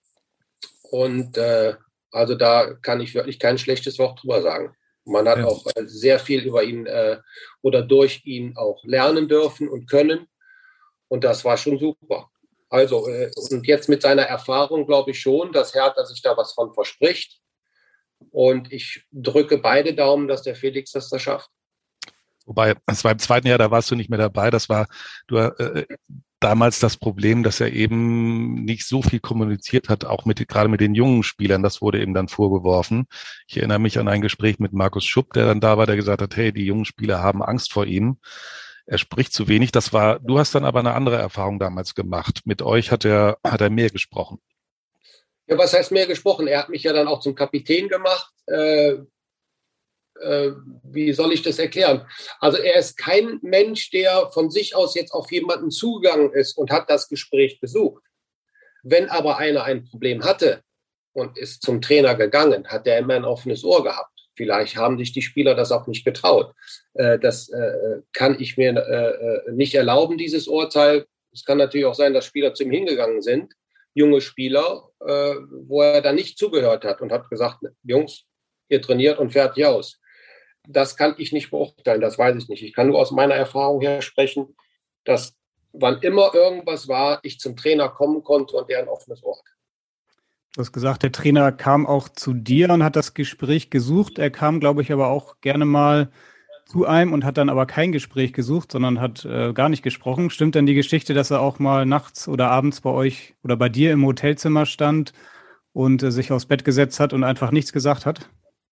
Und äh, also da kann ich wirklich kein schlechtes Wort drüber sagen. Man hat ja auch äh, sehr viel über ihn äh, oder durch ihn auch lernen dürfen und können. Und das war schon super. Also, äh, und jetzt mit seiner Erfahrung glaube ich schon, dass Hertha sich da was von verspricht. Und ich drücke beide Daumen, dass der Felix das da schafft. Wobei, das war im zweiten Jahr, da warst du nicht mehr dabei. Das war du, äh, damals das Problem, dass er eben nicht so viel kommuniziert hat, auch mit gerade mit den jungen Spielern. Das wurde ihm dann vorgeworfen. Ich erinnere mich an ein Gespräch mit Markus Schupp, der dann da war, der gesagt hat, hey, die jungen Spieler haben Angst vor ihm. Er spricht zu wenig. Das war, du hast dann aber eine andere Erfahrung damals gemacht. Mit euch hat er, hat er mehr gesprochen. Ja, was heißt mehr gesprochen? Er hat mich ja dann auch zum Kapitän gemacht. Äh, äh, wie soll ich das erklären? Also er ist kein Mensch, der von sich aus jetzt auf jemanden zugegangen ist und hat das Gespräch gesucht. Wenn aber einer ein Problem hatte und ist zum Trainer gegangen, hat er immer ein offenes Ohr gehabt. Vielleicht haben sich die Spieler das auch nicht getraut. Äh, das äh, kann ich mir äh, nicht erlauben, dieses Urteil. Es kann natürlich auch sein, dass Spieler zu ihm hingegangen sind, junge Spieler, äh, wo er dann nicht zugehört hat und hat gesagt, Jungs, ihr trainiert und fertig aus. Das kann ich nicht beurteilen, das weiß ich nicht. Ich kann nur aus meiner Erfahrung her sprechen, dass wann immer irgendwas war, ich zum Trainer kommen konnte und der ein offenes Ohr hat. Du hast gesagt, der Trainer kam auch zu dir und hat das Gespräch gesucht. Er kam, glaube ich, aber auch gerne mal zu einem und hat dann aber kein Gespräch gesucht, sondern hat äh, gar nicht gesprochen. Stimmt denn die Geschichte, dass er auch mal nachts oder abends bei euch oder bei dir im Hotelzimmer stand und äh, sich aufs Bett gesetzt hat und einfach nichts gesagt hat?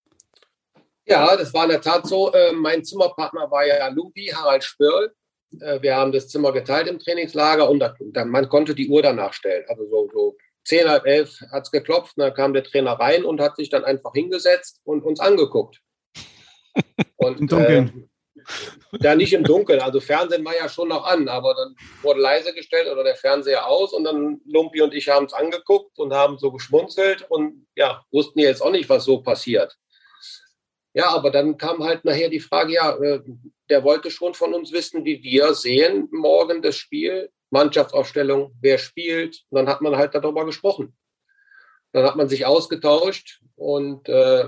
Ja, das war in der Tat so. Äh, mein Zimmerpartner war ja Lupi, Harald Spörl. Äh, wir haben das Zimmer geteilt im Trainingslager und da, da, man konnte die Uhr danach stellen. Also so, so zehn, halb elf hat es geklopft und dann kam der Trainer rein und hat sich dann einfach hingesetzt und uns angeguckt. Und, Im Dunkeln? Äh, ja, nicht im Dunkeln. Also Fernsehen war ja schon noch an, aber dann wurde leise gestellt oder der Fernseher aus und dann Lumpi und ich haben es angeguckt und haben so geschmunzelt und ja, wussten jetzt auch nicht, was so passiert. Ja, aber dann kam halt nachher die Frage, ja, äh, der wollte schon von uns wissen, wie wir sehen morgen das Spiel, Mannschaftsaufstellung, wer spielt. Und dann hat man halt darüber gesprochen. Dann hat man sich ausgetauscht und äh,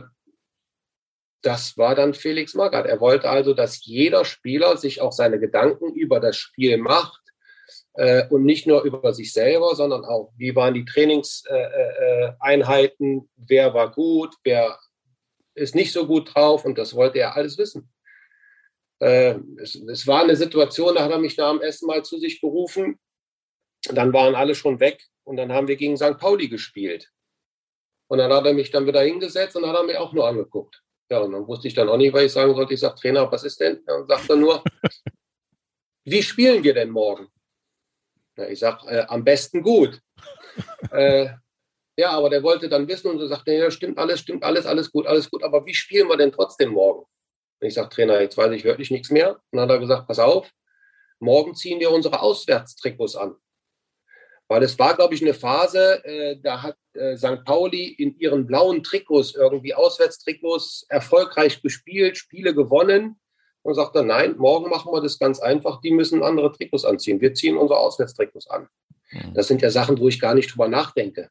das war dann Felix Magath. Er wollte also, dass jeder Spieler sich auch seine Gedanken über das Spiel macht äh, und nicht nur über sich selber, sondern auch, wie waren die Trainingseinheiten, äh, äh, wer war gut, wer ist nicht so gut drauf und das wollte er alles wissen. Äh, es, es war eine Situation, da hat er mich nach dem ersten Mal zu sich gerufen, dann waren alle schon weg und dann haben wir gegen Sankt Pauli gespielt. Und dann hat er mich dann wieder hingesetzt und dann hat er mir auch nur angeguckt. Ja, und dann wusste ich dann auch nicht, was ich sagen sollte. Ich sage, Trainer, was ist denn? Dann sagt er nur, wie spielen wir denn morgen? Ja, ich sage, äh, am besten gut. äh, Ja, aber der wollte dann wissen und so sagte, ja, stimmt alles, stimmt alles, alles gut, alles gut, aber wie spielen wir denn trotzdem morgen? Und ich sage, Trainer, jetzt weiß ich wirklich nichts mehr. Und dann hat er gesagt, pass auf, morgen ziehen wir unsere Auswärtstrikots an. Weil es war, glaube ich, eine Phase, äh, da hat äh, Sankt Pauli in ihren blauen Trikots irgendwie Auswärtstrikots erfolgreich gespielt, Spiele gewonnen. Und sagt er, nein, morgen machen wir das ganz einfach, die müssen andere Trikots anziehen. Wir ziehen unsere Auswärtstrikots an. Mhm. Das sind ja Sachen, wo ich gar nicht drüber nachdenke.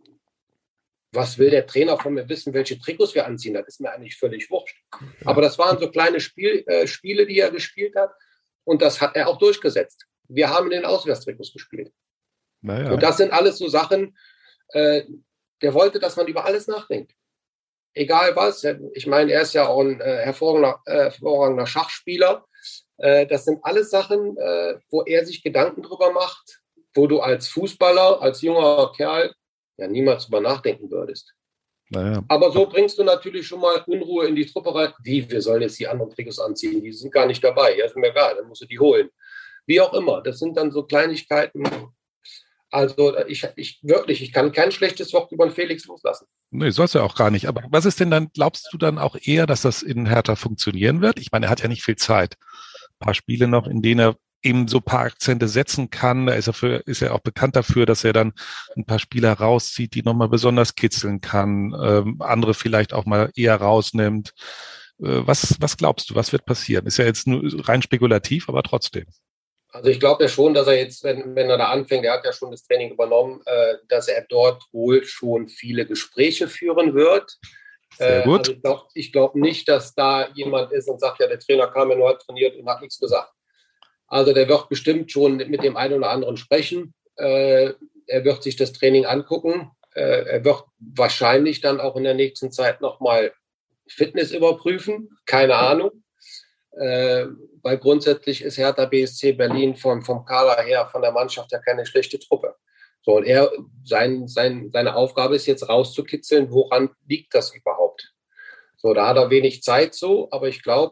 Was will der Trainer von mir wissen, welche Trikots wir anziehen? Das ist mir eigentlich völlig wurscht. Aber das waren so kleine Spiel, äh, Spiele, die er gespielt hat. Und das hat er auch durchgesetzt. Wir haben in den Auswärtstrikots gespielt. Naja. Und das sind alles so Sachen, äh, der wollte, dass man über alles nachdenkt. Egal was. Ich meine, er ist ja auch ein äh, hervorragender, äh, hervorragender Schachspieler. Äh, das sind alles Sachen, äh, wo er sich Gedanken drüber macht, wo du als Fußballer, als junger Kerl ja niemals drüber nachdenken würdest. Naja. Aber so bringst du natürlich schon mal Unruhe in die Truppe rein. Wie, wir sollen jetzt die anderen Trikots anziehen, die sind gar nicht dabei. Ja, ist mir egal, dann musst du die holen. Wie auch immer, das sind dann so Kleinigkeiten. Also ich, ich wirklich, ich kann kein schlechtes Wort über den Felix loslassen. Nee, sollst du ja auch gar nicht. Aber was ist denn dann, glaubst du dann auch eher, dass das in Hertha funktionieren wird? Ich meine, er hat ja nicht viel Zeit. Ein paar Spiele noch, in denen er eben so ein paar Akzente setzen kann. Da ist er, für, ist er auch bekannt dafür, dass er dann ein paar Spieler rauszieht, die nochmal besonders kitzeln kann, ähm, andere vielleicht auch mal eher rausnimmt. Äh, was, was glaubst du, was wird passieren? Ist ja jetzt nur rein spekulativ, aber trotzdem. Also ich glaube ja schon, dass er jetzt, wenn, wenn er da anfängt, er hat ja schon das Training übernommen, äh, dass er dort wohl schon viele Gespräche führen wird. Sehr gut. Äh, also ich glaube glaub nicht, dass da jemand ist und sagt, ja, der Trainer kam ja nur, hat trainiert und hat nichts gesagt. Also der wird bestimmt schon mit dem einen oder anderen sprechen. Äh, er wird sich das Training angucken. Äh, er wird wahrscheinlich dann auch in der nächsten Zeit nochmal Fitness überprüfen. Keine Ahnung. Äh, weil grundsätzlich ist Hertha B S C Berlin vom, vom Kader her, von der Mannschaft ja keine schlechte Truppe. So, und er, sein, sein, seine Aufgabe ist jetzt rauszukitzeln, woran liegt das überhaupt? So, da hat er wenig Zeit so, aber ich glaube,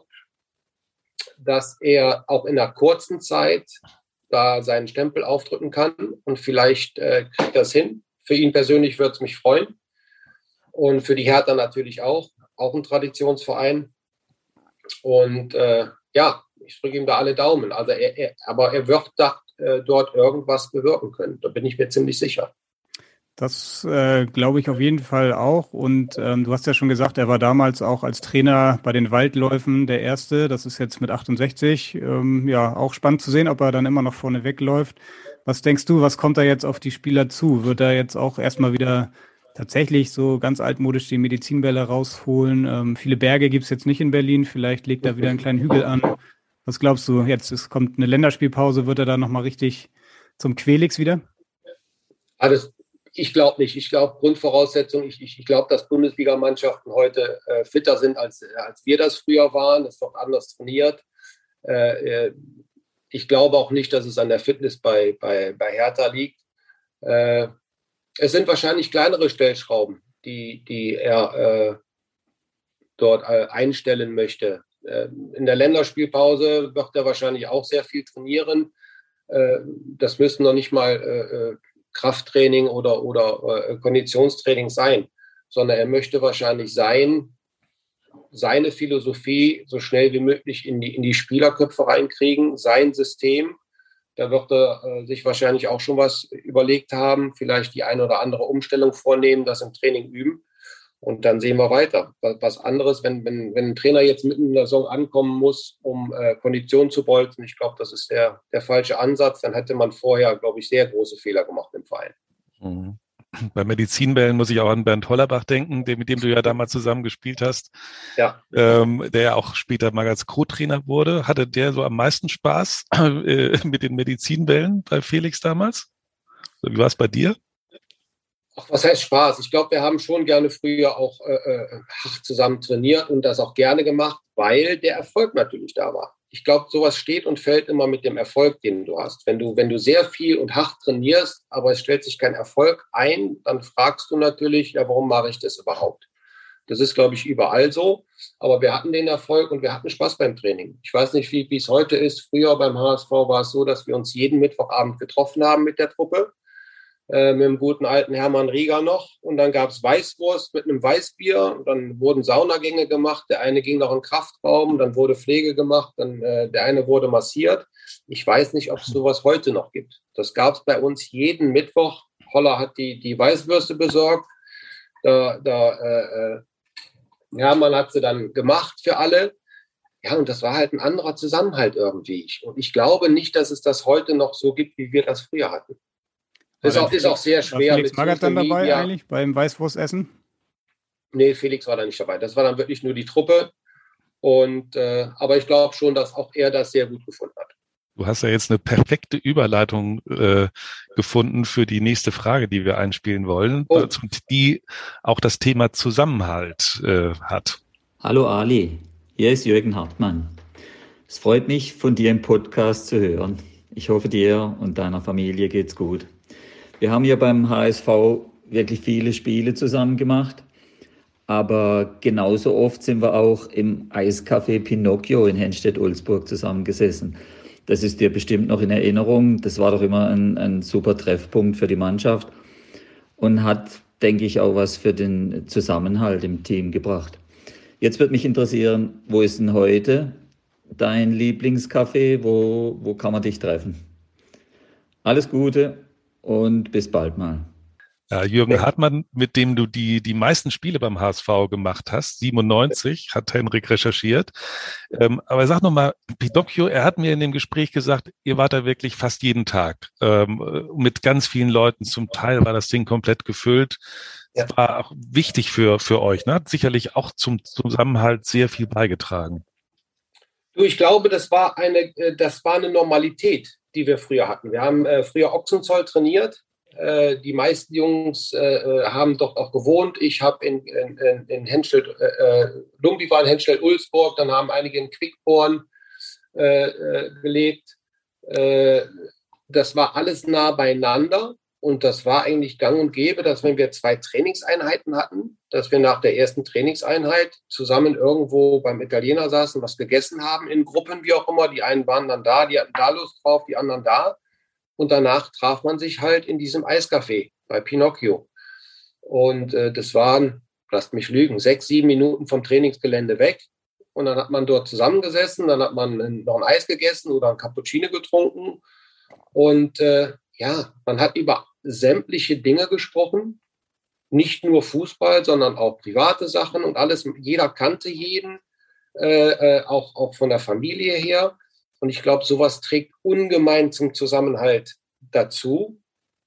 dass er auch in einer kurzen Zeit da seinen Stempel aufdrücken kann und vielleicht äh, kriegt das hin. Für ihn persönlich würde es mich freuen und für die Hertha natürlich auch, auch ein Traditionsverein. Und äh, ja, ich drücke ihm da alle Daumen. Also er, er, aber er wird da, äh, dort irgendwas bewirken können. Da bin ich mir ziemlich sicher. Das äh, glaube ich auf jeden Fall auch. Und ähm, du hast ja schon gesagt, er war damals auch als Trainer bei den Waldläufen der Erste. Das ist jetzt mit achtundsechzig. Ähm, ja, auch spannend zu sehen, ob er dann immer noch vorne wegläuft. Was denkst du, was kommt da jetzt auf die Spieler zu? Wird er jetzt auch erstmal wieder tatsächlich so ganz altmodisch die Medizinbälle rausholen? Ähm, viele Berge gibt es jetzt nicht in Berlin. Vielleicht legt er wieder einen kleinen Hügel an. Was glaubst du jetzt? Es kommt eine Länderspielpause. Wird er da nochmal richtig zum Quelix wieder? Alles. Ich glaube nicht. Ich glaube, Grundvoraussetzung, ich, ich, ich glaube, dass Bundesligamannschaften heute äh, fitter sind, als, als wir das früher waren. Es wird anders trainiert. Äh, ich glaube auch nicht, dass es an der Fitness bei, bei, bei Hertha liegt. Äh, es sind wahrscheinlich kleinere Stellschrauben, die, die er äh, dort äh, einstellen möchte. Äh, in der Länderspielpause wird er wahrscheinlich auch sehr viel trainieren. Äh, das müssen noch nicht mal äh, Krafttraining oder, oder äh, Konditionstraining sein, sondern er möchte wahrscheinlich sein, seine Philosophie so schnell wie möglich in die, in die Spielerköpfe reinkriegen, sein System. Da wird er äh, sich wahrscheinlich auch schon was überlegt haben, vielleicht die eine oder andere Umstellung vornehmen, das im Training üben und dann sehen wir weiter. Was anderes, wenn, wenn, wenn ein Trainer jetzt mitten in der Saison ankommen muss, um äh, Konditionen zu bolzen, ich glaube, das ist der, der falsche Ansatz, dann hätte man vorher, glaube ich, sehr große Fehler gemacht im Verein. Mhm. Bei Medizinbällen muss ich auch an Bernd Hollerbach denken, dem, mit dem du ja damals zusammen gespielt hast, ja. ähm, der ja auch später mal als Co-Trainer wurde. Hatte der so am meisten Spaß äh, mit den Medizinbällen bei Felix damals? Wie war es bei dir? Ach, was heißt Spaß? Ich glaube, wir haben schon gerne früher auch äh, hart zusammen trainiert und das auch gerne gemacht, weil der Erfolg natürlich da war. Ich glaube, sowas steht und fällt immer mit dem Erfolg, den du hast. Wenn du, wenn du sehr viel und hart trainierst, aber es stellt sich kein Erfolg ein, dann fragst du natürlich, ja, warum mache ich das überhaupt? Das ist, glaube ich, überall so. Aber wir hatten den Erfolg und wir hatten Spaß beim Training. Ich weiß nicht, wie es heute ist. Früher beim H S V war es so, dass wir uns jeden Mittwochabend getroffen haben mit der Truppe. Äh, mit dem guten alten Hermann Rieger noch. Und dann gab es Weißwurst mit einem Weißbier. Und dann wurden Saunagänge gemacht. Der eine ging noch in den Kraftraum. Dann wurde Pflege gemacht. Dann äh, der eine wurde massiert. Ich weiß nicht, ob es sowas heute noch gibt. Das gab es bei uns jeden Mittwoch. Holler hat die, die Weißwürste besorgt. Da, da, äh, Hermann hat sie dann gemacht für alle. Ja, und das war halt ein anderer Zusammenhalt irgendwie. Und ich glaube nicht, dass es das heute noch so gibt, wie wir das früher hatten. Das ist auch, ist auch sehr schwer. War Felix Magath dann dabei Media. Eigentlich beim Weißwurstessen? Nee, Felix war da nicht dabei. Das war dann wirklich nur die Truppe. Und, äh, aber ich glaube schon, dass auch er das sehr gut gefunden hat. Du hast ja jetzt eine perfekte Überleitung äh, gefunden für die nächste Frage, die wir einspielen wollen, oh. und die auch das Thema Zusammenhalt äh, hat. Hallo Ali, hier ist Jürgen Hartmann. Es freut mich, von dir im Podcast zu hören. Ich hoffe, dir und deiner Familie geht's gut. Wir haben hier beim H S V wirklich viele Spiele zusammen gemacht Aber genauso oft sind wir auch im Eiscafé Pinocchio in Henstedt-Ulzburg zusammengesessen. Das ist dir bestimmt noch in Erinnerung. Das war doch immer ein, ein super Treffpunkt für die Mannschaft und hat, denke ich, auch was für den Zusammenhalt im Team gebracht. Jetzt würde mich interessieren, wo ist denn heute dein Lieblingscafé? Wo, wo kann man dich treffen? Alles Gute und bis bald mal. Ja, Jürgen Hartmann, mit dem du die, die meisten Spiele beim H S V gemacht hast, siebenundneunzig, hat Henrik recherchiert. Ähm, aber sag nochmal, Pinocchio, er hat mir in dem Gespräch gesagt, ihr wart da wirklich fast jeden Tag ähm, mit ganz vielen Leuten. Zum Teil war das Ding komplett gefüllt. Ja. Das war auch wichtig für, für euch, ne? Hat sicherlich auch zum Zusammenhalt sehr viel beigetragen. Du, ich glaube, das war eine, das war eine Normalität, die wir früher hatten. Wir haben äh, früher Ochsenzoll trainiert. Die meisten Jungs äh, haben dort auch gewohnt. Ich habe in, in, in Henstedt, äh, Lumbi war in Henstedt-Ulzburg, dann haben einige in Quickborn äh, äh, gelebt. Äh, das war alles nah beieinander und das war eigentlich gang und gäbe, dass wenn wir zwei Trainingseinheiten hatten, dass wir nach der ersten Trainingseinheit zusammen irgendwo beim Italiener saßen, was gegessen haben, in Gruppen, wie auch immer. Die einen waren dann da, die hatten da Lust drauf, die anderen da. Und danach traf man sich halt in diesem Eiscafé bei Pinocchio. Und äh, das waren, lasst mich lügen, sechs, sieben Minuten vom Trainingsgelände weg. Und dann hat man dort zusammengesessen, dann hat man noch ein Eis gegessen oder ein Cappuccino getrunken. Und äh, ja, man hat über sämtliche Dinge gesprochen. Nicht nur Fußball, sondern auch private Sachen und alles. Jeder kannte jeden, äh, äh, auch, auch von der Familie her. Und ich glaube, sowas trägt ungemein zum Zusammenhalt dazu.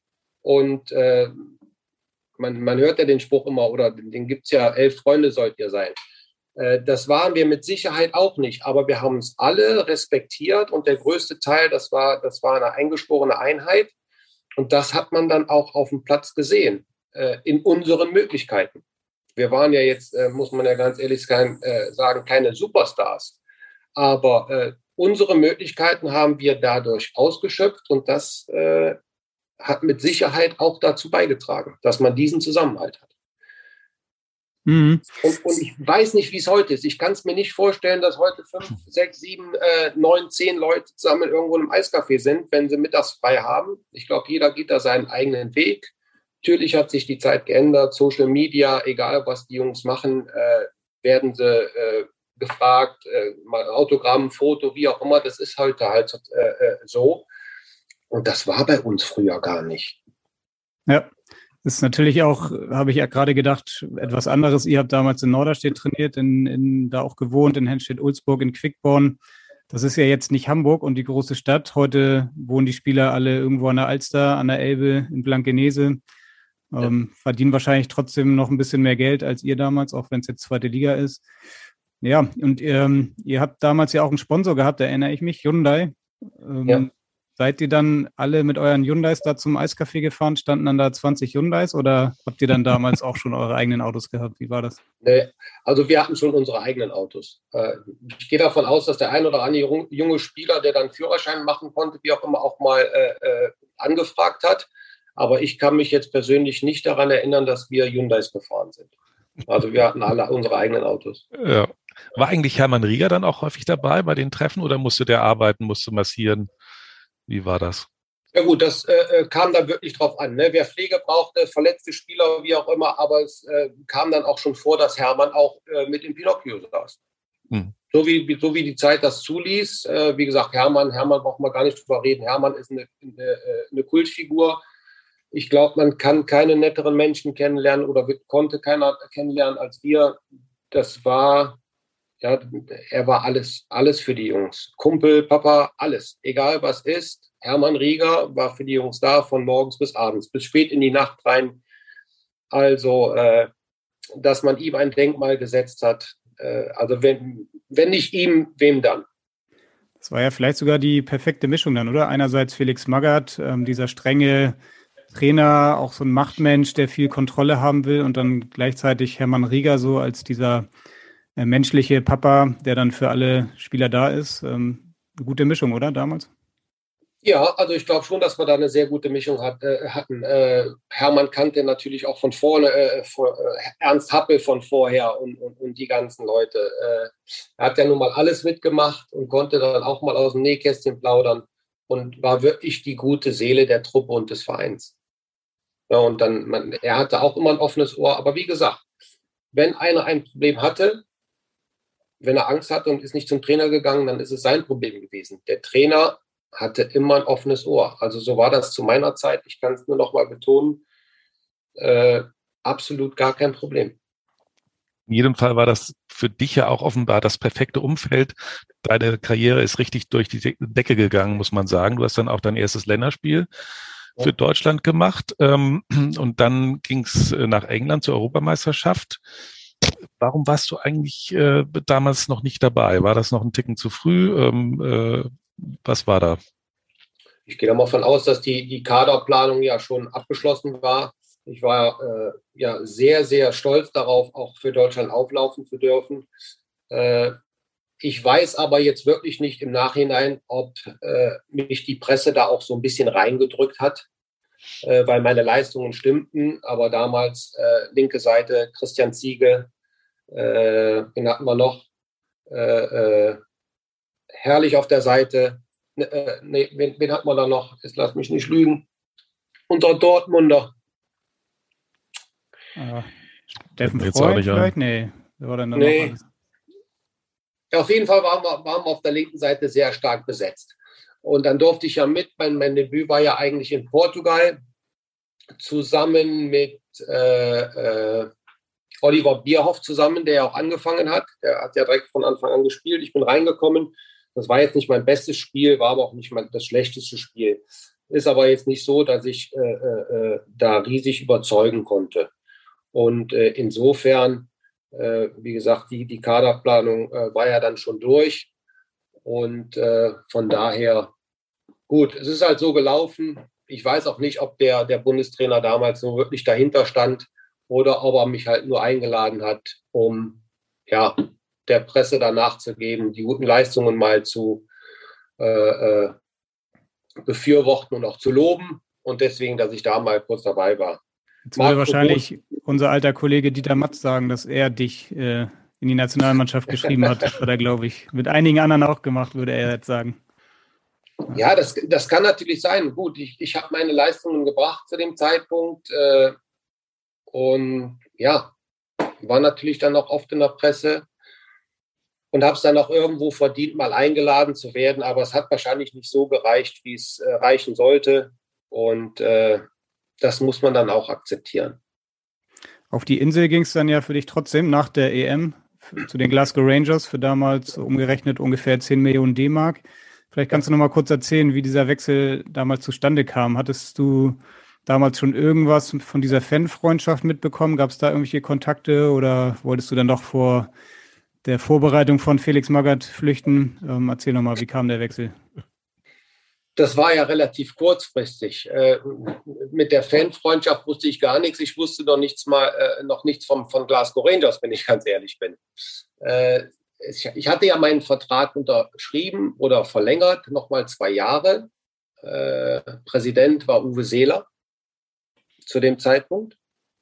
Und äh, man, man hört ja den Spruch immer, oder den gibt es ja, elf Freunde sollt ihr sein. Äh, das waren wir mit Sicherheit auch nicht, aber wir haben uns alle respektiert und der größte Teil, das war, das war eine eingeschworene Einheit. Und das hat man dann auch auf dem Platz gesehen, äh, in unseren Möglichkeiten. Wir waren ja jetzt, äh, muss man ja ganz ehrlich sagen, äh, sagen keine Superstars, aber äh, unsere Möglichkeiten haben wir dadurch ausgeschöpft und das äh, hat mit Sicherheit auch dazu beigetragen, dass man diesen Zusammenhalt hat. Mhm. Und, und ich weiß nicht, wie es heute ist. Ich kann es mir nicht vorstellen, dass heute fünf, sechs, sieben, äh, neun, zehn Leute zusammen irgendwo im Eiscafé sind, wenn sie mittags frei haben. Ich glaube, jeder geht da seinen eigenen Weg. Natürlich hat sich die Zeit geändert. Social Media, egal was die Jungs machen, äh, werden sie äh, gefragt, äh, mal Autogramm, Foto, wie auch immer, das ist heute halt äh, so. Und das war bei uns früher gar nicht. Ja, das ist natürlich auch, habe ich ja gerade gedacht, etwas anderes. Ihr habt damals in Norderstedt trainiert, in, in, da auch gewohnt, in Henstedt-Ulzburg, in Quickborn. Das ist ja jetzt nicht Hamburg und die große Stadt. Heute wohnen die Spieler alle irgendwo an der Alster, an der Elbe, in Blankenese. Ähm, ja. Verdienen wahrscheinlich trotzdem noch ein bisschen mehr Geld als ihr damals, auch wenn es jetzt zweite Liga ist. Ja, und ähm, ihr habt damals ja auch einen Sponsor gehabt, da erinnere ich mich, Hyundai. Ähm, ja. Seid ihr dann alle mit euren Hyundais da zum Eiscafé gefahren? Standen dann da zwanzig Hyundais oder habt ihr dann damals auch schon eure eigenen Autos gehabt? Wie war das? Nee, also wir hatten schon unsere eigenen Autos. Ich gehe davon aus, dass der ein oder andere junge Spieler, der dann Führerschein machen konnte, wie auch immer, auch mal äh, angefragt hat. Aber ich kann mich jetzt persönlich nicht daran erinnern, dass wir Hyundais gefahren sind. Also wir hatten alle unsere eigenen Autos. Ja. War eigentlich Hermann Rieger dann auch häufig dabei bei den Treffen oder musste der arbeiten, musste massieren? Wie war das? Ja gut, das äh, kam dann wirklich drauf an. Ne? Wer Pflege brauchte, verletzte Spieler, wie auch immer, aber es äh, kam dann auch schon vor, dass Hermann auch äh, mit dem Pinocchio saß. Hm. So, wie, so wie die Zeit das zuließ. Äh, wie gesagt, Hermann, Hermann braucht man gar nicht drüber reden. Hermann ist eine, eine, eine Kultfigur. Ich glaube, man kann keine netteren Menschen kennenlernen oder konnte keiner kennenlernen als wir. Das war, ja, er war alles, alles für die Jungs. Kumpel, Papa, alles. Egal was ist. Hermann Rieger war für die Jungs da, von morgens bis abends, bis spät in die Nacht rein. Also, äh, dass man ihm ein Denkmal gesetzt hat. Äh, also, wenn, wenn nicht ihm, wem dann? Das war ja vielleicht sogar die perfekte Mischung dann, oder? Einerseits Felix Magath, ähm, dieser strenge Trainer, auch so ein Machtmensch, der viel Kontrolle haben will, und dann gleichzeitig Hermann Rieger so als dieser äh, menschliche Papa, der dann für alle Spieler da ist. Ähm, eine gute Mischung, oder, damals? Ja, also ich glaube schon, dass wir da eine sehr gute Mischung hat, äh, hatten. Äh, Hermann kannte natürlich auch von vorne, äh, vor, äh, Ernst Happel von vorher und, und, und die ganzen Leute. Äh, er hat ja nun mal alles mitgemacht und konnte dann auch mal aus dem Nähkästchen plaudern und war wirklich die gute Seele der Truppe und des Vereins. Ja, und dann, man, er hatte auch immer ein offenes Ohr. Aber wie gesagt, wenn einer ein Problem hatte, wenn er Angst hatte und ist nicht zum Trainer gegangen, dann ist es sein Problem gewesen. Der Trainer hatte immer ein offenes Ohr. Also so war das zu meiner Zeit. Ich kann es nur noch mal betonen. Äh, absolut gar kein Problem. In jedem Fall war das für dich ja auch offenbar das perfekte Umfeld. Deine Karriere ist richtig durch die Decke gegangen, muss man sagen. Du hast dann auch dein erstes Länderspiel für Deutschland gemacht. Ähm, und dann ging es nach England zur Europameisterschaft. Warum warst du eigentlich äh, damals noch nicht dabei? War das noch ein Ticken zu früh? Ähm, äh, was war da? Ich gehe da mal von aus, dass die, die Kaderplanung ja schon abgeschlossen war. Ich war äh, ja sehr, sehr stolz darauf, auch für Deutschland auflaufen zu dürfen. Äh, ich weiß aber jetzt wirklich nicht im Nachhinein, ob äh, mich die Presse da auch so ein bisschen reingedrückt hat, äh, weil meine Leistungen stimmten. Aber damals äh, linke Seite Christian Ziege, äh, den hatten wir noch, äh, äh, Herrlich auf der Seite. Äh, nee, wen, wen hat man da noch? Jetzt lass mich nicht lügen. Unser Dortmunder. Ah, Steffen Freund vielleicht? Nee. Wer war denn da nee. noch? Ja, auf jeden Fall waren wir, waren wir auf der linken Seite sehr stark besetzt. Und dann durfte ich ja mit, mein, mein Debüt war ja eigentlich in Portugal, zusammen mit äh, äh, Oliver Bierhoff zusammen, der ja auch angefangen hat. Der hat ja direkt von Anfang an gespielt. Ich bin reingekommen. Das war jetzt nicht mein bestes Spiel, war aber auch nicht mein, das schlechteste Spiel. Ist aber jetzt nicht so, dass ich äh, äh, da riesig überzeugen konnte. Und äh, insofern, äh, wie gesagt, die, die Kaderplanung äh, war ja dann schon durch. Und äh, von daher, gut, es ist halt so gelaufen. Ich weiß auch nicht, ob der, der Bundestrainer damals so wirklich dahinter stand oder ob er mich halt nur eingeladen hat, um ja, der Presse danach zu geben, die guten Leistungen mal zu äh, äh, befürworten und auch zu loben. Und deswegen, dass ich da mal kurz dabei war. Jetzt würde wahrscheinlich unser alter Kollege Dieter Matz sagen, dass er dich äh, in die Nationalmannschaft geschrieben hat. Das hat er, glaube ich, mit einigen anderen auch gemacht, würde er jetzt sagen. Ja, das, das kann natürlich sein. Gut, ich, ich habe meine Leistungen gebracht zu dem Zeitpunkt. Äh, und ja, war natürlich dann auch oft in der Presse. Und habe es dann auch irgendwo verdient, mal eingeladen zu werden. Aber es hat wahrscheinlich nicht so gereicht, wie es äh, reichen sollte. Und äh, das muss man dann auch akzeptieren. Auf die Insel ging es dann ja für dich trotzdem nach der E M für, zu den Glasgow Rangers für damals umgerechnet ungefähr zehn Millionen D-Mark. Vielleicht kannst du noch mal kurz erzählen, wie dieser Wechsel damals zustande kam. Hattest du damals schon irgendwas von dieser Fanfreundschaft mitbekommen? Gab es da irgendwelche Kontakte oder wolltest du dann doch vor der Vorbereitung von Felix Magath flüchten? Ähm, erzähl nochmal, wie kam der Wechsel? Das war ja relativ kurzfristig. Äh, mit der Fanfreundschaft wusste ich gar nichts. Ich wusste noch nichts mal, äh, noch nichts vom, von Glasgow Rangers, wenn ich ganz ehrlich bin. Äh, ich, ich hatte ja meinen Vertrag unterschrieben oder verlängert, nochmal zwei Jahre. Äh, Präsident war Uwe Seeler zu dem Zeitpunkt.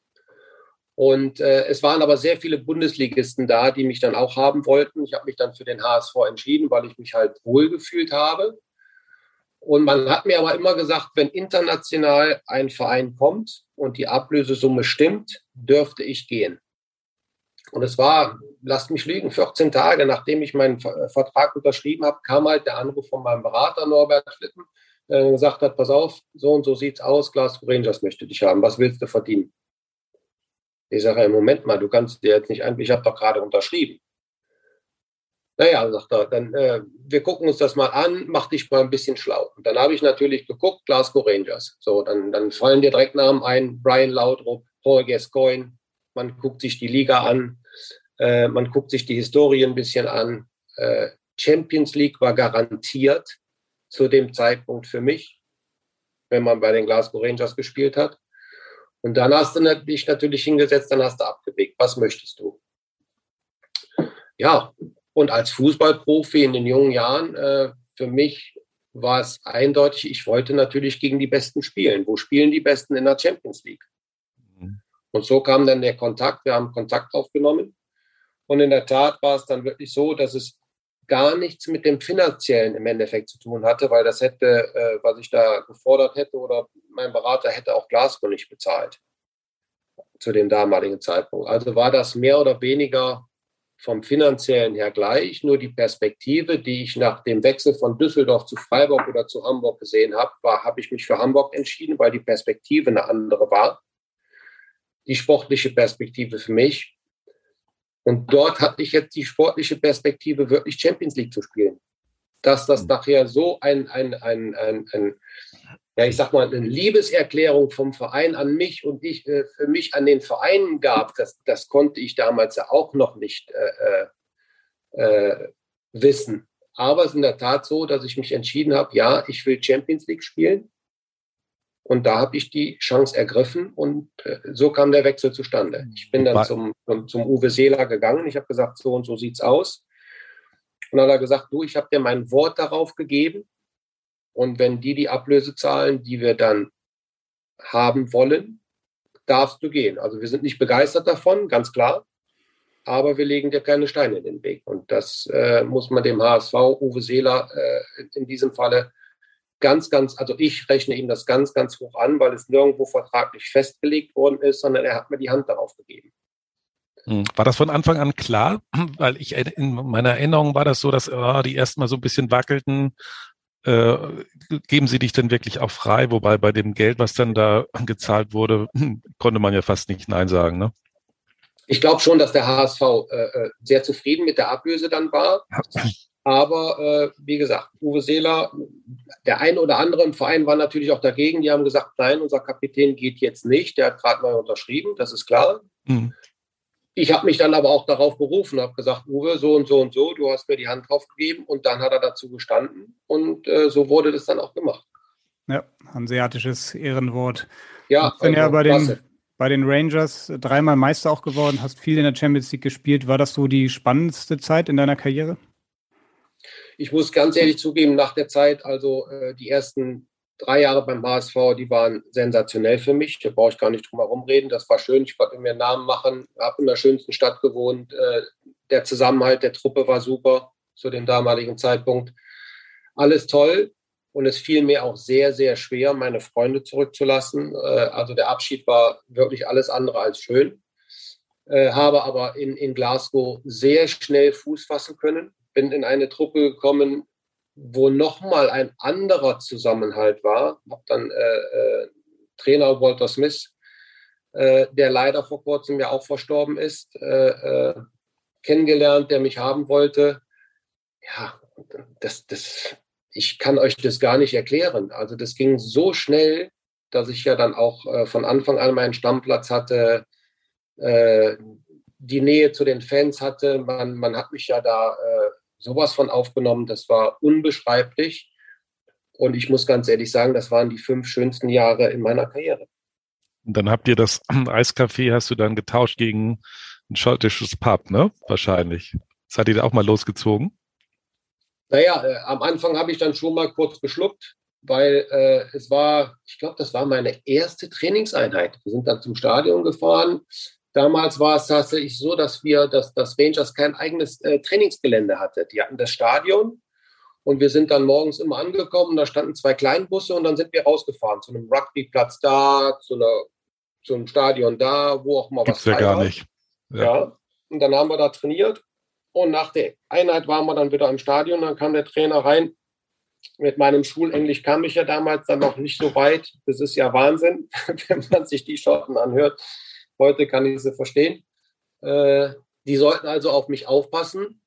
Und äh, es waren aber sehr viele Bundesligisten da, die mich dann auch haben wollten. Ich habe mich dann für den H S V entschieden, weil ich mich halt wohlgefühlt habe. Und man hat mir aber immer gesagt, wenn international ein Verein kommt und die Ablösesumme stimmt, dürfte ich gehen. Und es war, lasst mich lügen, vierzehn Tage, nachdem ich meinen Vertrag unterschrieben habe, kam halt der Anruf von meinem Berater Norbert Schlitten, der gesagt hat, pass auf, so und so sieht's aus, Glasgow Rangers möchte dich haben, was willst du verdienen? Ich sage, im Moment mal, du kannst dir jetzt nicht ein, ich habe doch gerade unterschrieben. Naja, sagt er, dann äh, wir gucken uns das mal an, mach dich mal ein bisschen schlau. Und dann habe ich natürlich geguckt, Glasgow Rangers. So, dann, dann fallen dir direkt Namen ein, Brian Laudrup, Paul Gascoigne. Man guckt sich die Liga an, äh, man guckt sich die Historie ein bisschen an. Äh, Champions League war garantiert zu dem Zeitpunkt für mich, wenn man bei den Glasgow Rangers gespielt hat. Und dann hast du dich natürlich hingesetzt, dann hast du abgewegt. Was möchtest du? Ja, und als Fußballprofi in den jungen Jahren, äh, für mich war es eindeutig, ich wollte natürlich gegen die Besten spielen. Wo spielen die Besten in der Champions League? Mhm. Und so kam dann der Kontakt, wir haben Kontakt aufgenommen. Und in der Tat war es dann wirklich so, dass es gar nichts mit dem Finanziellen im Endeffekt zu tun hatte, weil das hätte, äh, was ich da gefordert hätte oder mein Berater hätte auch Glasgow nicht bezahlt zu dem damaligen Zeitpunkt. Also war das mehr oder weniger vom Finanziellen her gleich, nur die Perspektive, die ich nach dem Wechsel von Düsseldorf zu Freiburg oder zu Hamburg gesehen habe, war, habe ich mich für Hamburg entschieden, weil die Perspektive eine andere war. Die sportliche Perspektive für mich. Und dort hatte ich jetzt die sportliche Perspektive, wirklich Champions League zu spielen. Dass das nachher so ein, ein, ein, ein, ein ja, ich sag mal, eine Liebeserklärung vom Verein an mich und ich äh, für mich an den Verein gab, das, das konnte ich damals ja auch noch nicht äh, äh, wissen. Aber es ist in der Tat so, dass ich mich entschieden habe, ja, ich will Champions League spielen. Und da habe ich die Chance ergriffen und äh, so kam der Wechsel zustande. Ich bin dann zum, zum, zum Uwe Seeler gegangen. Ich habe gesagt, so und so sieht's aus. Und dann hat er gesagt, du, ich habe dir mein Wort darauf gegeben. Und wenn die die Ablöse zahlen, die wir dann haben wollen, darfst du gehen. Also wir sind nicht begeistert davon, ganz klar. Aber wir legen dir keine Steine in den Weg. Und das äh, muss man dem H S V, Uwe Seeler, äh, in diesem Falle ganz, ganz, also ich rechne ihm das ganz, ganz hoch an, weil es nirgendwo vertraglich festgelegt worden ist, sondern er hat mir die Hand darauf gegeben. War das von Anfang an klar? Weil ich in meiner Erinnerung war das so, dass oh, die erst mal so ein bisschen wackelten. Äh, geben Sie dich denn wirklich auch frei? Wobei bei dem Geld, was dann da gezahlt wurde, konnte man ja fast nicht Nein sagen, ne? Ich glaube schon, dass der H S V äh, sehr zufrieden mit der Ablöse dann war. Aber äh, wie gesagt, Uwe Seeler, der ein oder andere im Verein war natürlich auch dagegen. Die haben gesagt, nein, unser Kapitän geht jetzt nicht. Der hat gerade neu unterschrieben, das ist klar. Mhm. Ich habe mich dann aber auch darauf berufen, habe gesagt, Uwe, so und so und so, du hast mir die Hand drauf gegeben. Und dann hat er dazu gestanden. Und äh, so wurde das dann auch gemacht. Ja, hanseatisches Ehrenwort. Ja, ich bin also, ja bei den, bei den Rangers dreimal Meister auch geworden, hast viel in der Champions League gespielt. War das so die spannendste Zeit in deiner Karriere? Ich muss ganz ehrlich zugeben, nach der Zeit, also äh, die ersten drei Jahre beim H S V, die waren sensationell für mich. Da brauche ich gar nicht drum herum reden. Das war schön. Ich konnte mir einen Namen machen, habe in der schönsten Stadt gewohnt. Äh, der Zusammenhalt der Truppe war super zu dem damaligen Zeitpunkt. Alles toll. Und es fiel mir auch sehr, sehr schwer, meine Freunde zurückzulassen. Äh, also der Abschied war wirklich alles andere als schön. Äh, habe aber in, in Glasgow sehr schnell Fuß fassen können. Bin in eine Truppe gekommen, wo nochmal ein anderer Zusammenhalt war. Habe dann äh, äh, Trainer Walter Smith, äh, der leider vor kurzem ja auch verstorben ist, äh, äh, kennengelernt, der mich haben wollte. Ja, das, das, ich kann euch das gar nicht erklären. Also das ging so schnell, dass ich ja dann auch äh, von Anfang an meinen Stammplatz hatte, äh, die Nähe zu den Fans hatte. Man, man hat mich ja da äh, sowas von aufgenommen, das war unbeschreiblich. Und ich muss ganz ehrlich sagen, das waren die fünf schönsten Jahre in meiner Karriere. Und dann habt ihr das Eiscafé, hast du dann getauscht gegen ein schottisches Pub, ne? Wahrscheinlich. Das hat ihr da auch mal losgezogen? Naja, äh, am Anfang habe ich dann schon mal kurz geschluckt, weil äh, es war, ich glaube, das war meine erste Trainingseinheit. Wir sind dann zum Stadion gefahren. Damals war es tatsächlich so, dass wir, dass das Rangers kein eigenes äh, Trainingsgelände hatte. Die hatten das Stadion und wir sind dann morgens immer angekommen. Da standen zwei Kleinbusse und dann sind wir rausgefahren zu einem Rugbyplatz da, zu einer, zu einem Stadion da, wo auch mal Gibt's was ja gar war. nicht. Ja. ja, und dann haben wir da trainiert und nach der Einheit waren wir dann wieder im Stadion. Dann kam der Trainer rein. Mit meinem Schulenglisch kam ich ja damals dann noch nicht so weit. Das ist ja Wahnsinn, wenn man sich die Schotten anhört. Heute kann ich sie verstehen. Äh, die sollten also auf mich aufpassen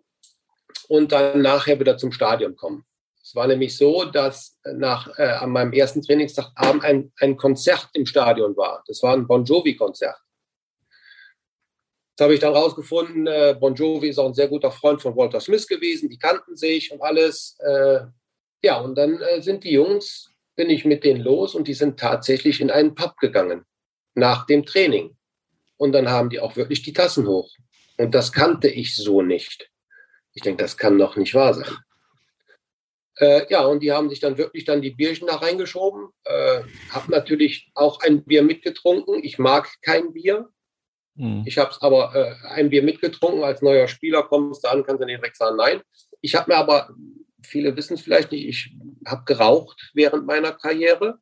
und dann nachher wieder zum Stadion kommen. Es war nämlich so, dass nach, äh, an meinem ersten Trainingstagabend ein, ein Konzert im Stadion war. Das war ein Bon Jovi-Konzert. Das habe ich dann rausgefunden. Äh, Bon Jovi ist auch ein sehr guter Freund von Walter Smith gewesen. Die kannten sich und alles. Äh, ja, und dann äh, sind die Jungs, bin ich mit denen los und die sind tatsächlich in einen Pub gegangen. Nach dem Training. Und dann haben die auch wirklich die Tassen hoch. Und das kannte ich so nicht. Ich denke, das kann doch nicht wahr sein. Äh, ja, und die haben sich dann wirklich dann die Bierchen da reingeschoben. Äh, habe natürlich auch ein Bier mitgetrunken. Ich mag kein Bier. Mhm. Ich habe es aber äh, ein Bier mitgetrunken. Als neuer Spieler kommst du an, kannst du nicht direkt sagen nein. Ich habe mir aber, viele wissen es vielleicht nicht, ich habe geraucht während meiner Karriere.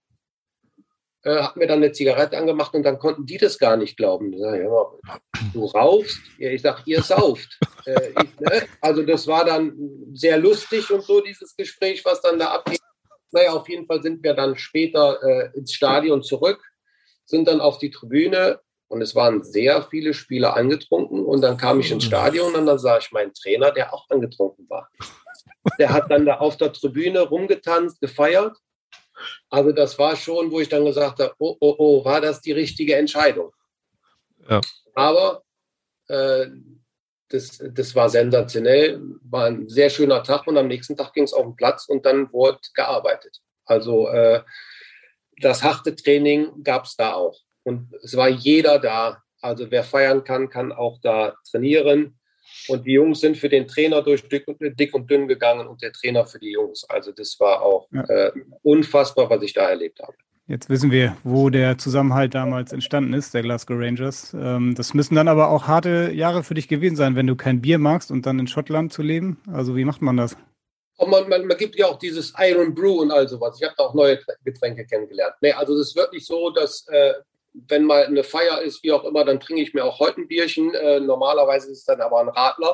Äh, habe mir dann eine Zigarette angemacht und dann konnten die das gar nicht glauben. Ich sag, ja, du rauchst? Ja, ich sage, ihr sauft. äh, ich, ne? Also das war dann sehr lustig und so, dieses Gespräch, was dann da abgeht. Naja, auf jeden Fall sind wir dann später äh, ins Stadion zurück, sind dann auf die Tribüne und es waren sehr viele Spieler angetrunken und dann kam ich ins Stadion und dann sah ich meinen Trainer, der auch angetrunken war. Der hat dann da auf der Tribüne rumgetanzt, gefeiert. Also das war schon, wo ich dann gesagt habe, oh, oh, oh, war das die richtige Entscheidung? Ja. Aber äh, das, das war sensationell, war ein sehr schöner Tag und am nächsten Tag ging es auf den Platz und dann wurde gearbeitet. Also äh, das harte Training gab es da auch und es war jeder da. Also wer feiern kann, kann auch da trainieren. Und die Jungs sind für den Trainer durch dick und, dick und dünn gegangen und der Trainer für die Jungs. Also das war auch ja. äh, unfassbar, was ich da erlebt habe. Jetzt wissen wir, wo der Zusammenhalt damals entstanden ist, der Glasgow Rangers. Ähm, das müssen dann aber auch harte Jahre für dich gewesen sein, wenn du kein Bier magst und dann in Schottland zu leben. Also wie macht man das? Und man, man, man gibt ja auch dieses Iron Brew und all sowas. Ich habe da auch neue Getränke kennengelernt. Nee, also es ist wirklich so, dass... Äh, wenn mal eine Feier ist, wie auch immer, dann trinke ich mir auch heute ein Bierchen. Äh, normalerweise ist es dann aber ein Radler,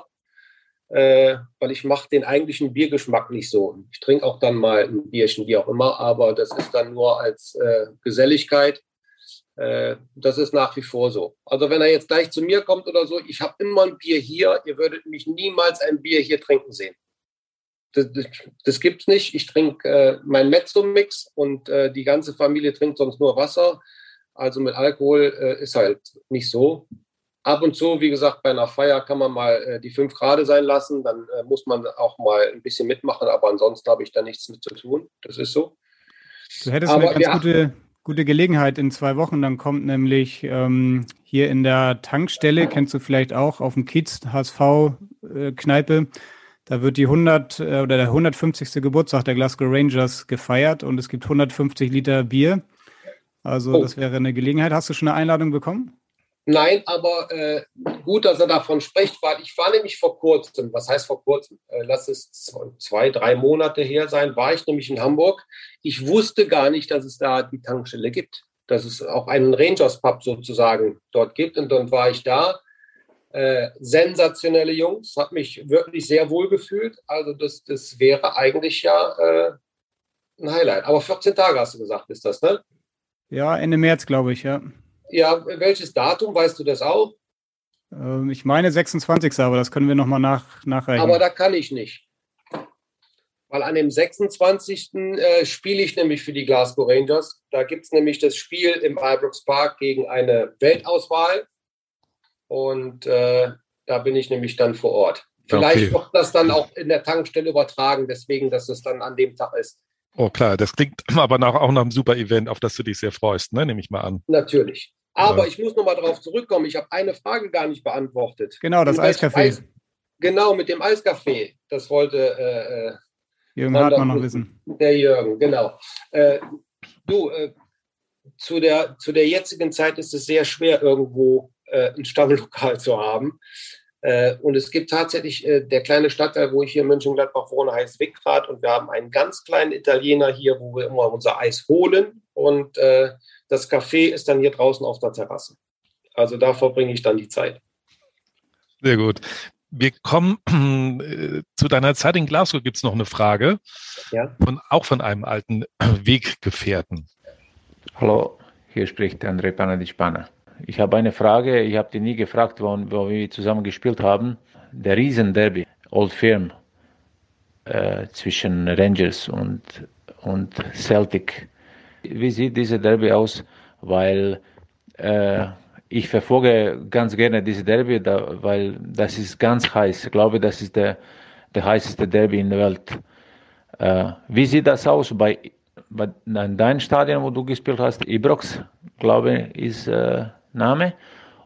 äh, weil ich mache den eigentlichen Biergeschmack nicht so. Ich trinke auch dann mal ein Bierchen, wie auch immer, aber das ist dann nur als äh, Geselligkeit. Äh, das ist nach wie vor so. Also wenn er jetzt gleich zu mir kommt oder so, ich habe immer ein Bier hier, ihr würdet mich niemals ein Bier hier trinken sehen. Das, das, das gibt es nicht. Ich trinke äh, meinen Mezzo-Mix und äh, die ganze Familie trinkt sonst nur Wasser. Also mit Alkohol äh, ist halt nicht so. Ab und zu, wie gesagt, bei einer Feier kann man mal äh, die fünf Grad sein lassen. Dann äh, muss man auch mal ein bisschen mitmachen. Aber ansonsten habe ich da nichts mit zu tun. Das ist so. Du hättest aber eine ganz gute, gute Gelegenheit in zwei Wochen. Dann kommt nämlich ähm, hier in der Tankstelle, kennst du vielleicht auch, auf dem Kiez, H S V-Kneipe. Äh, da wird die hundert äh, oder der hundertfünfzigste Geburtstag der Glasgow Rangers gefeiert. Und es gibt hundertfünfzig Liter Bier. Also oh. Das wäre eine Gelegenheit. Hast du schon eine Einladung bekommen? Nein, aber äh, gut, dass er davon spricht, weil ich war nämlich vor kurzem, was heißt vor kurzem, äh, lass es zwei, drei Monate her sein, war ich nämlich in Hamburg. Ich wusste gar nicht, dass es da die Tankstelle gibt, dass es auch einen Rangers-Pub sozusagen dort gibt. Und dann war ich da. Äh, sensationelle Jungs, habe mich wirklich sehr wohl gefühlt. Also das, das wäre eigentlich ja äh, ein Highlight. Aber vierzehn Tage hast du gesagt, ist das, ne? Ja, Ende März, glaube ich, ja. Ja, welches Datum, weißt du das auch? Ähm, ich meine sechsundzwanzigsten aber das können wir nochmal nach, nachreichen. Aber da kann ich nicht. Weil an dem sechsundzwanzigsten Äh, spiele ich nämlich für die Glasgow Rangers. Da gibt es nämlich das Spiel im Ibrox Park gegen eine Weltauswahl. Und äh, da bin ich nämlich dann vor Ort. Vielleicht okay. Wird das dann auch in der Tankstelle übertragen, deswegen, dass es dann an dem Tag ist. Oh klar, das klingt aber nach, auch nach einem super Event, auf das du dich sehr freust, ne? Nehme ich mal an. Natürlich. Aber ja. Ich muss nochmal darauf zurückkommen. Ich habe eine Frage gar nicht beantwortet. Genau, das Eiscafé. Eis, genau, mit dem Eiscafé. Das wollte äh, Jürgen Hartmann noch wissen. Der Jürgen, genau. Äh, du, äh, zu, der, zu der jetzigen Zeit ist es sehr schwer, irgendwo äh, ein Stammlokal zu haben. Und es gibt tatsächlich, der kleine Stadtteil, wo ich hier in Mönchengladbach wohne, heißt Wickrath. Und wir haben einen ganz kleinen Italiener hier, wo wir immer unser Eis holen. Und äh, das Café ist dann hier draußen auf der Terrasse. Also da verbringe ich dann die Zeit. Sehr gut. Wir kommen äh, zu deiner Zeit in Glasgow. Gibt es noch eine Frage? Ja. Von, auch von einem alten Weggefährten. Hallo, hier spricht André Panadic-Pana. Ich habe eine Frage, ich habe die nie gefragt, wo, wo wir zusammen gespielt haben. Der Riesenderby, Old Firm, äh, zwischen Rangers und, und Celtic. Wie sieht diese Derby aus? Weil äh, ich verfolge ganz gerne diese Derby, da, weil das ist ganz heiß. Ich glaube, das ist der, der heißeste Derby in der Welt. Äh, wie sieht das aus bei, bei in deinem Stadion, wo du gespielt hast? Ibrox, glaube ich, ist äh, Name.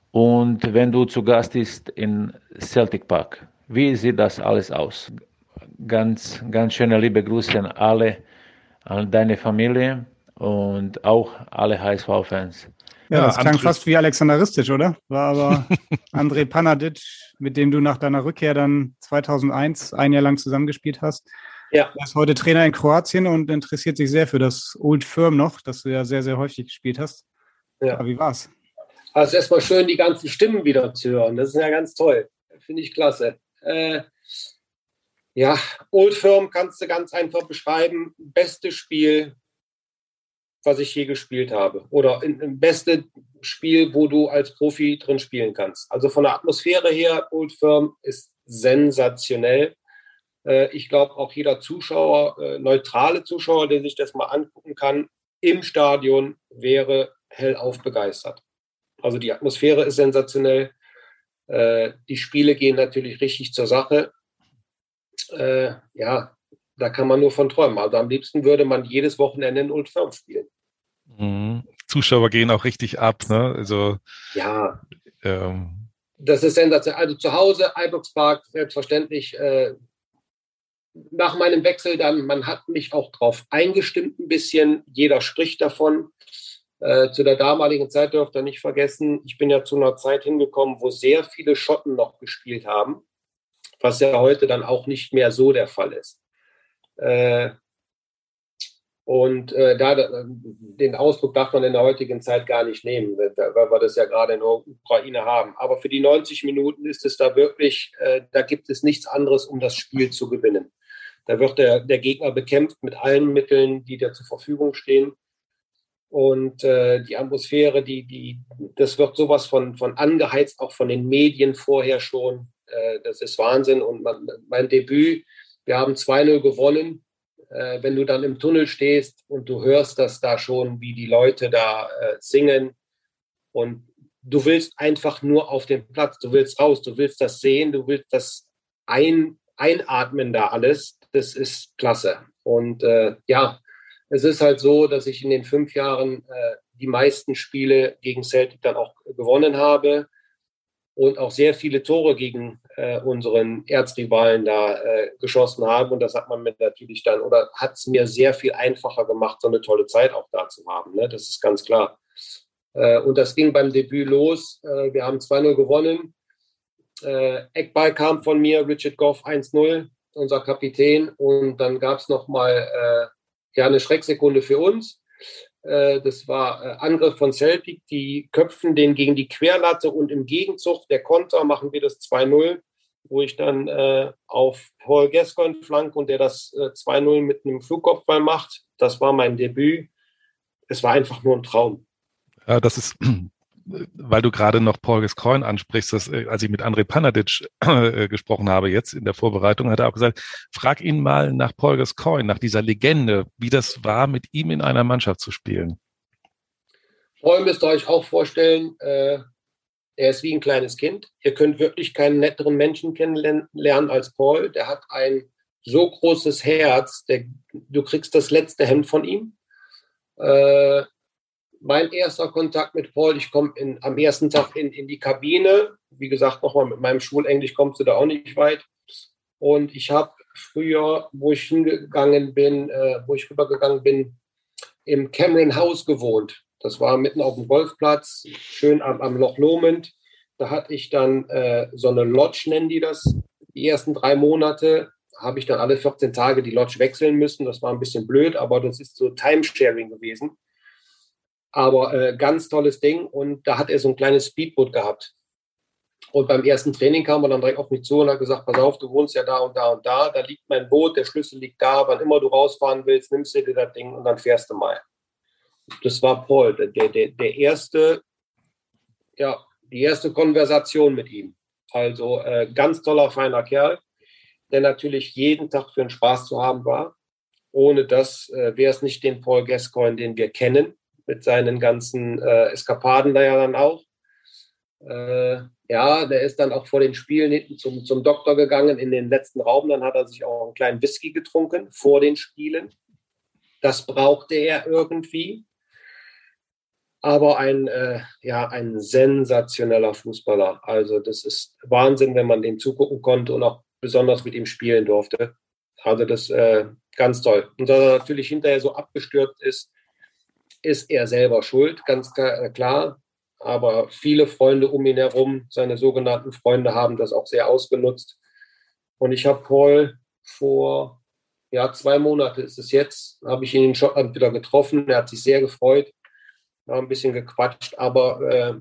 Und wenn du zu Gast bist in Celtic Park, wie sieht das alles aus? ganz, ganz schöne liebe Grüße an alle, an deine Familie und auch alle H S V-Fans. Ja, Ja, das klang André- fast wie Alexander Ristic, oder? War aber Andrej Panadic, mit dem du nach deiner Rückkehr dann zweitausendeins ein Jahr lang zusammengespielt hast. Ja. Er ist heute Trainer in Kroatien und interessiert sich sehr für das Old Firm noch, das du ja sehr, sehr häufig gespielt hast. Ja. Ja, wie war's? Also erstmal schön, die ganzen Stimmen wieder zu hören. Das ist ja ganz toll. Finde ich klasse. Äh, ja, Old Firm kannst du ganz einfach beschreiben. Bestes Spiel, was ich je gespielt habe. Oder ein bestes Spiel, wo du als Profi drin spielen kannst. Also von der Atmosphäre her, Old Firm ist sensationell. Äh, ich glaube, auch jeder Zuschauer, äh, neutrale Zuschauer, der sich das mal angucken kann, im Stadion wäre hellauf begeistert. Also die Atmosphäre ist sensationell. Äh, die Spiele gehen natürlich richtig zur Sache. Äh, ja, da kann man nur von träumen. Also am liebsten würde man jedes Wochenende in Old Firm spielen. Mhm. Zuschauer gehen auch richtig ab, ne? Also ja, ähm. das ist sensationell. Also zu Hause, Ibrox Park, selbstverständlich. Äh, nach meinem Wechsel dann, man hat mich auch drauf eingestimmt ein bisschen. Jeder spricht davon. Äh, zu der damaligen Zeit dürft ihr nicht vergessen, ich bin ja zu einer Zeit hingekommen, wo sehr viele Schotten noch gespielt haben, was ja heute dann auch nicht mehr so der Fall ist. Äh, und äh, da, den Ausdruck darf man in der heutigen Zeit gar nicht nehmen, weil wir das ja gerade in der Ukraine haben. Aber für die neunzig Minuten ist es da wirklich, äh, da gibt es nichts anderes, um das Spiel zu gewinnen. Da wird der, der Gegner bekämpft mit allen Mitteln, die dir zur Verfügung stehen. Und äh, die Atmosphäre, die, die, das wird sowas von, von angeheizt, auch von den Medien vorher schon. Äh, das ist Wahnsinn. Und man, mein Debüt, wir haben zwei null gewonnen. Äh, wenn du dann im Tunnel stehst und du hörst das da schon, wie die Leute da äh, singen. Und du willst einfach nur auf den Platz, du willst raus, du willst das sehen, du willst das ein, einatmen da alles. Das ist klasse. Und äh, ja, es ist halt so, dass ich in den fünf Jahren äh, die meisten Spiele gegen Celtic dann auch gewonnen habe und auch sehr viele Tore gegen äh, unseren Erzrivalen da äh, geschossen habe. Und das hat man mir natürlich dann, oder hat es mir sehr viel einfacher gemacht, so eine tolle Zeit auch da zu haben. Ne? Das ist ganz klar. Äh, und das ging beim Debüt los. Äh, wir haben zwei null gewonnen. Äh, Eckball kam von mir, Richard Goff eins null, unser Kapitän. Und dann gab es nochmal äh, ja, eine Schrecksekunde für uns. Äh, das war äh, Angriff von Celtic. Die köpfen den gegen die Querlatte und im Gegenzug der Konter machen wir das zwei null, wo ich dann äh, auf Paul Gascoigne flank und der das äh, zwei null mit einem Flugkopfball macht. Das war mein Debüt. Es war einfach nur ein Traum. Ja, das ist, weil du gerade noch Paul Gascoigne ansprichst, dass, als ich mit Andrej Panadic äh, gesprochen habe jetzt in der Vorbereitung, hat er auch gesagt, frag ihn mal nach Paul Gascoigne, nach dieser Legende, wie das war, mit ihm in einer Mannschaft zu spielen. Paul müsst ihr euch auch vorstellen, äh, er ist wie ein kleines Kind. Ihr könnt wirklich keinen netteren Menschen kennenlernen als Paul. Der hat ein so großes Herz, der, du kriegst das letzte Hemd von ihm. Äh, Mein erster Kontakt mit Paul, ich komme am ersten Tag in, in die Kabine. Wie gesagt, nochmal mit meinem Schulenglisch kommst du da auch nicht weit. Und ich habe früher, wo ich hingegangen bin, äh, wo ich rübergegangen bin, im Cameron House gewohnt. Das war mitten auf dem Golfplatz, schön am, am Loch Lomond. Da hatte ich dann äh, so eine Lodge, nennen die das. Die ersten drei Monate habe ich dann alle vierzehn Tage die Lodge wechseln müssen. Das war ein bisschen blöd, aber das ist so Timesharing gewesen. Aber äh, ganz tolles Ding. Und da hat er so ein kleines Speedboot gehabt. Und beim ersten Training kam er dann direkt auf mich zu und hat gesagt, pass auf, du wohnst ja da und da und da. Da liegt mein Boot, der Schlüssel liegt da. Wann immer du rausfahren willst, nimmst du dir das Ding und dann fährst du mal. Das war Paul, der, der, der erste, ja, die erste Konversation mit ihm. Also äh, ganz toller, feiner Kerl, der natürlich jeden Tag für einen Spaß zu haben war. Ohne das äh, wäre es nicht den Paul Gascoigne, den wir kennen, mit seinen ganzen äh, Eskapaden da ja dann auch. Äh, ja, der ist dann auch vor den Spielen hinten zum, zum Doktor gegangen in den letzten Raum. Dann hat er sich auch einen kleinen Whisky getrunken vor den Spielen. Das brauchte er irgendwie. Aber ein, äh, ja, ein sensationeller Fußballer. Also das ist Wahnsinn, wenn man dem zugucken konnte und auch besonders mit ihm spielen durfte. Also das äh, ganz toll. Und dass er natürlich hinterher so abgestürzt ist, ist er selber schuld, ganz klar. Aber viele Freunde um ihn herum, seine sogenannten Freunde, haben das auch sehr ausgenutzt. Und ich habe Paul vor ja, zwei Monate ist es jetzt, habe ich ihn in Schottland wieder getroffen. Er hat sich sehr gefreut, wir haben ein bisschen gequatscht, aber äh,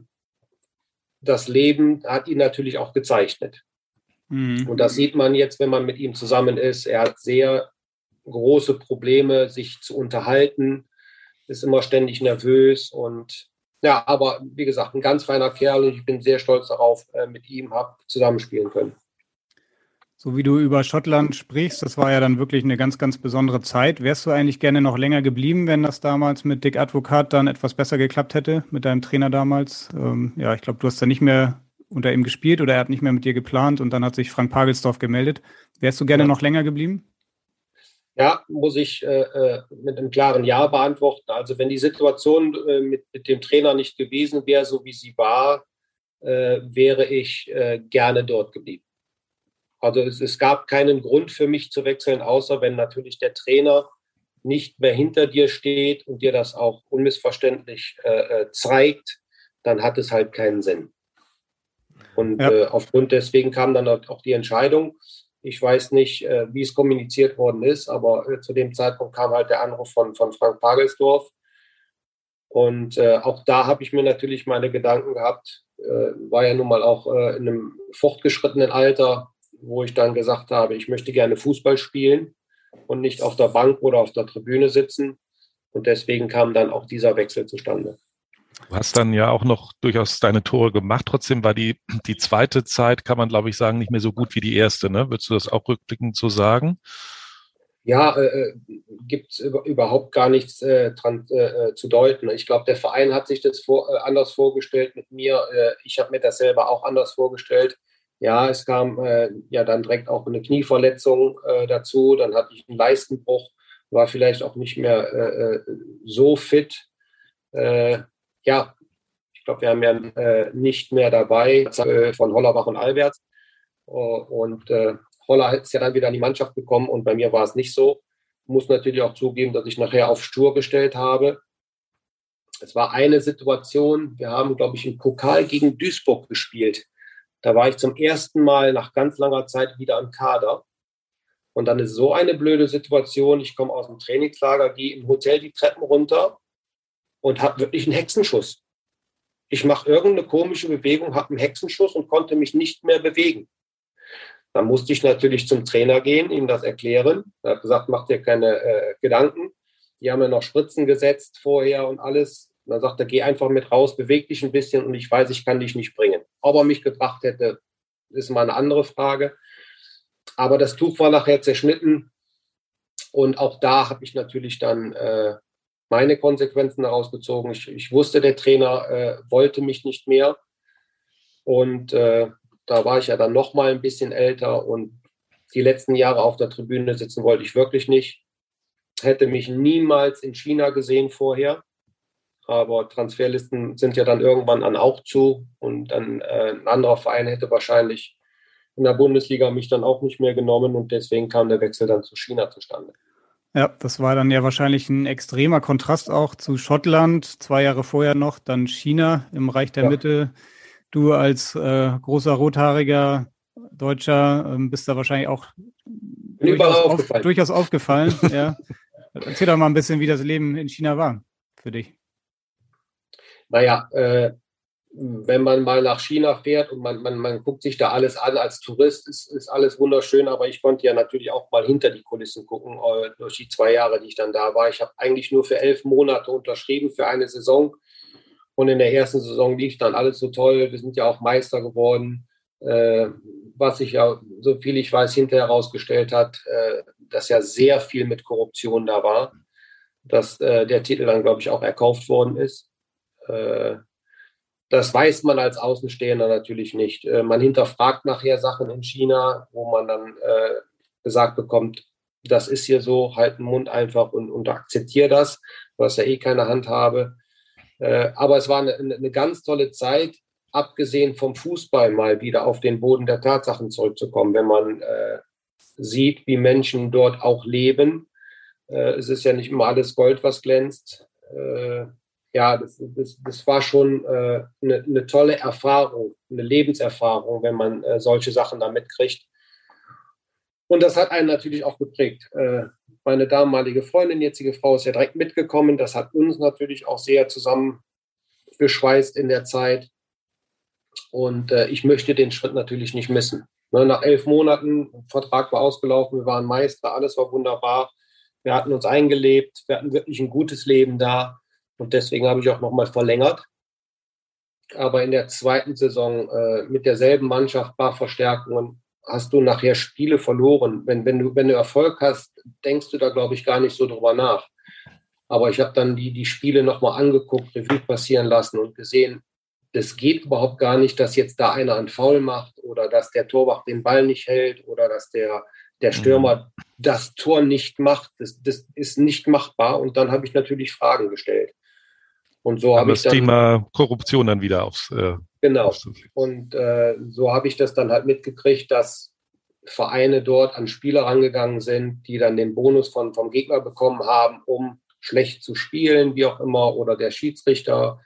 das Leben hat ihn natürlich auch gezeichnet. Mhm. Und das sieht man jetzt, wenn man mit ihm zusammen ist. Er hat sehr große Probleme, sich zu unterhalten, ist immer ständig nervös und ja, aber wie gesagt, ein ganz feiner Kerl und ich bin sehr stolz darauf, äh, mit ihm habe zusammenspielen können. So wie du über Schottland sprichst, das war ja dann wirklich eine ganz, ganz besondere Zeit. Wärst du eigentlich gerne noch länger geblieben, wenn das damals mit Dick Advocaat dann etwas besser geklappt hätte, mit deinem Trainer damals? Ähm, ja, ich glaube, du hast da nicht mehr unter ihm gespielt oder er hat nicht mehr mit dir geplant und dann hat sich Frank Pagelsdorf gemeldet. Wärst du gerne ja. noch länger geblieben? Ja, muss ich äh, mit einem klaren Ja beantworten. Also wenn die Situation äh, mit, mit dem Trainer nicht gewesen wäre, so wie sie war, äh, wäre ich äh, gerne dort geblieben. Also es, es gab keinen Grund für mich zu wechseln, außer wenn natürlich der Trainer nicht mehr hinter dir steht und dir das auch unmissverständlich äh, zeigt, dann hat es halt keinen Sinn. Und ja. äh, aufgrund deswegen kam dann auch die Entscheidung. Ich weiß nicht, äh, wie es kommuniziert worden ist, aber äh, zu dem Zeitpunkt kam halt der Anruf von, von Frank Pagelsdorf. Und äh, auch da habe ich mir natürlich meine Gedanken gehabt. Äh, war ja nun mal auch äh, in einem fortgeschrittenen Alter, wo ich dann gesagt habe, ich möchte gerne Fußball spielen und nicht auf der Bank oder auf der Tribüne sitzen. Und deswegen kam dann auch dieser Wechsel zustande. Du hast dann ja auch noch durchaus deine Tore gemacht. Trotzdem war die, die zweite Zeit, kann man glaube ich sagen, nicht mehr so gut wie die erste. Ne? Würdest du das auch rückblickend so sagen? Ja, äh, gibt es überhaupt gar nichts äh, dran äh, zu deuten. Ich glaube, der Verein hat sich das vor, äh, anders vorgestellt mit mir. Äh, ich habe mir das selber auch anders vorgestellt. Ja, es kam äh, ja dann direkt auch eine Knieverletzung äh, dazu. Dann hatte ich einen Leistenbruch, war vielleicht auch nicht mehr äh, so fit. Äh, ja, ich glaube, wir haben ja äh, nicht mehr dabei äh, von Hollerbach und Alberts. Uh, und äh, Holler ist ja dann wieder in die Mannschaft gekommen und bei mir war es nicht so. Ich muss natürlich auch zugeben, dass ich nachher auf stur gestellt habe. Es war eine Situation, wir haben, glaube ich, im Pokal gegen Duisburg gespielt. Da war ich zum ersten Mal nach ganz langer Zeit wieder im Kader. Und dann ist so eine blöde Situation, ich komme aus dem Trainingslager, gehe im Hotel die Treppen runter und habe wirklich einen Hexenschuss. Ich mache irgendeine komische Bewegung, habe einen Hexenschuss und konnte mich nicht mehr bewegen. Dann musste ich natürlich zum Trainer gehen, ihm das erklären. Er hat gesagt, mach dir keine äh, Gedanken. Die haben ja noch Spritzen gesetzt vorher und alles. Und dann sagt er, geh einfach mit raus, beweg dich ein bisschen und ich weiß, ich kann dich nicht bringen. Ob er mich gebracht hätte, ist mal eine andere Frage. Aber das Tuch war nachher zerschnitten und auch da habe ich natürlich dann äh, meine Konsequenzen daraus gezogen. Ich, ich wusste, der Trainer äh, wollte mich nicht mehr und äh, da war ich ja dann noch mal ein bisschen älter und die letzten Jahre auf der Tribüne sitzen wollte ich wirklich nicht. Hätte mich niemals in China gesehen vorher. Aber Transferlisten sind ja dann irgendwann an auch zu und dann äh, ein anderer Verein hätte wahrscheinlich in der Bundesliga mich dann auch nicht mehr genommen und deswegen kam der Wechsel dann zu China zustande. Ja, das war dann ja wahrscheinlich ein extremer Kontrast auch zu Schottland, zwei Jahre vorher noch, dann China im Reich der ja. Mitte. Du als äh, großer, rothaariger Deutscher ähm, bist da wahrscheinlich auch durchaus, aufgefallen. Auf, durchaus aufgefallen. Ja. Erzähl doch mal ein bisschen, wie das Leben in China war für dich. Naja, äh, wenn man mal nach China fährt und man, man, man guckt sich da alles an als Tourist, ist, ist alles wunderschön, aber ich konnte ja natürlich auch mal hinter die Kulissen gucken, äh, durch die zwei Jahre, die ich dann da war. Ich habe eigentlich nur für elf Monate unterschrieben für eine Saison und in der ersten Saison lief dann alles so toll. Wir sind ja auch Meister geworden, äh, was sich ja, so viel ich weiß, hinterher herausgestellt hat, äh, dass ja sehr viel mit Korruption da war, dass äh, der Titel dann, glaube ich, auch erkauft worden ist. Das weiß man als Außenstehender natürlich nicht. Man hinterfragt nachher Sachen in China, wo man dann äh, gesagt bekommt, das ist hier so, halt den Mund einfach und, und akzeptiere das, du hast ja eh keine Handhabe. Äh, aber es war eine, eine ganz tolle Zeit, abgesehen vom Fußball mal wieder auf den Boden der Tatsachen zurückzukommen, wenn man äh, sieht, wie Menschen dort auch leben. Äh, es ist ja nicht immer alles Gold, was glänzt. Äh, ja, das, das, das war schon äh, eine, eine tolle Erfahrung, eine Lebenserfahrung, wenn man äh, solche Sachen da mitkriegt. Und das hat einen natürlich auch geprägt. Äh, meine damalige Freundin, jetzige Frau, ist ja direkt mitgekommen. Das hat uns natürlich auch sehr zusammengeschweißt in der Zeit. Und äh, ich möchte den Schritt natürlich nicht missen. Ne, nach elf Monaten, Vertrag war ausgelaufen, wir waren Meister, alles war wunderbar. Wir hatten uns eingelebt, wir hatten wirklich ein gutes Leben da. Und deswegen habe ich auch nochmal verlängert. Aber in der zweiten Saison äh, mit derselben Mannschaft, paar Verstärkungen, hast du nachher Spiele verloren. Wenn, wenn, du, wenn du Erfolg hast, denkst du da, glaube ich, gar nicht so drüber nach. Aber ich habe dann die, die Spiele nochmal angeguckt, Revue passieren lassen und gesehen, das geht überhaupt gar nicht, dass jetzt da einer einen Foul macht oder dass der Torwart den Ball nicht hält oder dass der, der Stürmer das Tor nicht macht. Das, das ist nicht machbar. Und dann habe ich natürlich Fragen gestellt. Und so habe ich das dann, Thema Korruption dann wieder aufs... Äh, genau. Aufs Und äh, so habe ich das dann halt mitgekriegt, dass Vereine dort an Spieler rangegangen sind, die dann den Bonus von, vom Gegner bekommen haben, um schlecht zu spielen, wie auch immer, oder der Schiedsrichter.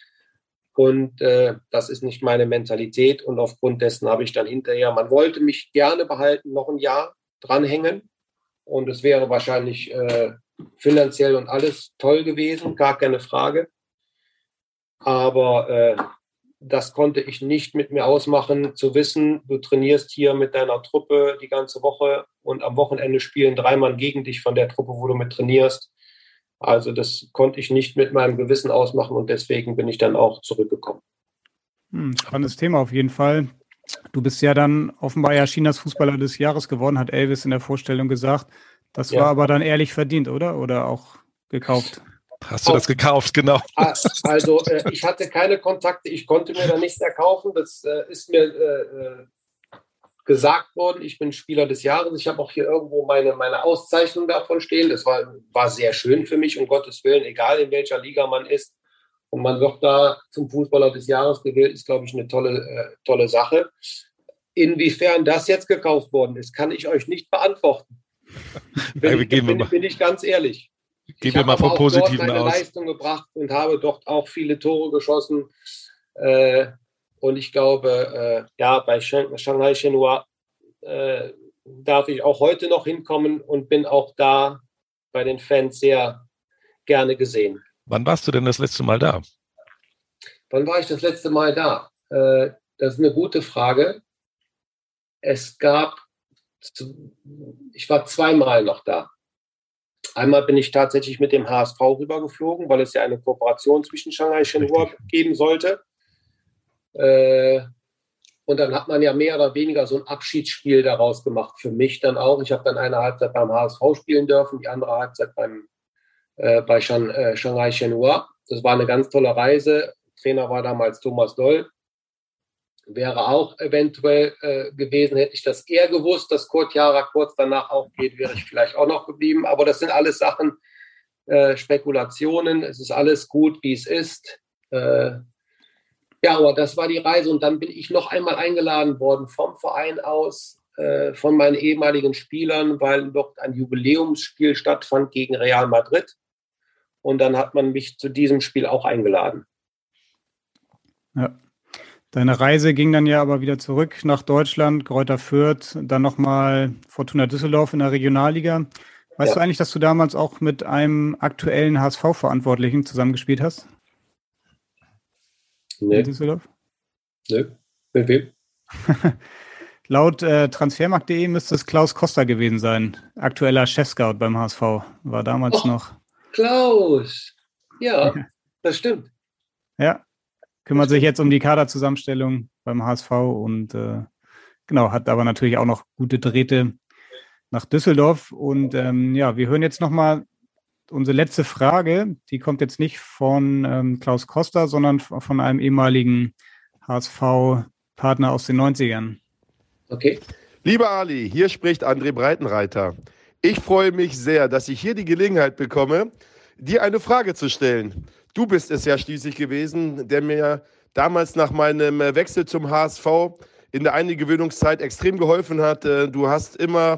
Und äh, das ist nicht meine Mentalität. Und aufgrund dessen habe ich dann hinterher, man wollte mich gerne behalten, noch ein Jahr dranhängen. Und es wäre wahrscheinlich äh, finanziell und alles toll gewesen, gar keine Frage. Aber äh, das konnte ich nicht mit mir ausmachen, zu wissen, du trainierst hier mit deiner Truppe die ganze Woche und am Wochenende spielen drei Mann gegen dich von der Truppe, wo du mit trainierst. Also das konnte ich nicht mit meinem Gewissen ausmachen und deswegen bin ich dann auch zurückgekommen. Hm, spannendes Thema auf jeden Fall. Du bist ja dann offenbar ja Chinas Fußballer des Jahres geworden, hat Elvis in der Vorstellung gesagt. Das Ja. war aber dann ehrlich verdient, oder? Oder auch gekauft? Hast du das gekauft, genau. Also äh, ich hatte keine Kontakte, ich konnte mir da nichts erkaufen. Das äh, ist mir äh, gesagt worden, ich bin Spieler des Jahres. Ich habe auch hier irgendwo meine, meine Auszeichnung davon stehen. Das war, war sehr schön für mich, um Gottes Willen, egal in welcher Liga man ist. Und man wird da zum Fußballer des Jahres gewählt, ist, glaube ich, eine tolle, äh, tolle Sache. Inwiefern das jetzt gekauft worden ist, kann ich euch nicht beantworten. Bin, Ja, wir ich, gehen bin, mal. bin ich ganz ehrlich. Gehen Ich wir habe mal aber vom auch Positiven dort meine aus. Leistung gebracht und habe dort auch viele Tore geschossen. Äh, und ich glaube, äh, ja, bei Shang- Shanghai Shenhua äh, darf ich auch heute noch hinkommen und bin auch da bei den Fans sehr gerne gesehen. Wann warst du denn das letzte Mal da? Wann war ich das letzte Mal da? Äh, das ist eine gute Frage. Es gab, ich war zweimal noch da. Einmal bin ich tatsächlich mit dem H S V rübergeflogen, weil es ja eine Kooperation zwischen Shanghai Shenhua Richtig. geben sollte. Äh, und dann hat man ja mehr oder weniger so ein Abschiedsspiel daraus gemacht. Für mich dann auch. Ich habe dann eine Halbzeit beim H S V spielen dürfen, die andere Halbzeit beim, äh, bei Shan, äh, Shanghai Shenhua. Das war eine ganz tolle Reise. Trainer war damals Thomas Doll. Wäre auch eventuell äh, gewesen, hätte ich das eher gewusst, dass Kurt Jara kurz danach auch geht, wäre ich vielleicht auch noch geblieben. Aber das sind alles Sachen, äh, Spekulationen. Es ist alles gut, wie es ist. Äh, ja, aber das war die Reise. Und dann bin ich noch einmal eingeladen worden vom Verein aus, äh, von meinen ehemaligen Spielern, weil dort ein Jubiläumsspiel stattfand gegen Real Madrid. Und dann hat man mich zu diesem Spiel auch eingeladen. Ja. Deine Reise ging dann ja aber wieder zurück nach Deutschland, Greuther Fürth, dann nochmal Fortuna Düsseldorf in der Regionalliga. Weißt Ja. du eigentlich, dass du damals auch mit einem aktuellen H S V-Verantwortlichen zusammengespielt hast? In Nee, Düsseldorf? nee. Mit wem? Laut äh, transfermarkt punkt de müsste es Klaus Costa gewesen sein. Aktueller Chefscout beim H S V. War damals Oh. noch. Klaus. Ja, das stimmt. Ja. Kümmert sich jetzt um die Kaderzusammenstellung beim H S V und äh, genau, hat aber natürlich auch noch gute Drähte nach Düsseldorf. Und ähm, ja, wir hören jetzt nochmal unsere letzte Frage. Die kommt jetzt nicht von ähm, Klaus Costa, sondern von einem ehemaligen H S V-Partner aus den neunzigern. Okay. Lieber Ali, hier spricht André Breitenreiter. Ich freue mich sehr, dass ich hier die Gelegenheit bekomme, dir eine Frage zu stellen. Du bist es ja schließlich gewesen, der mir damals nach meinem Wechsel zum H S V in der Eingewöhnungszeit extrem geholfen hat. Du hast immer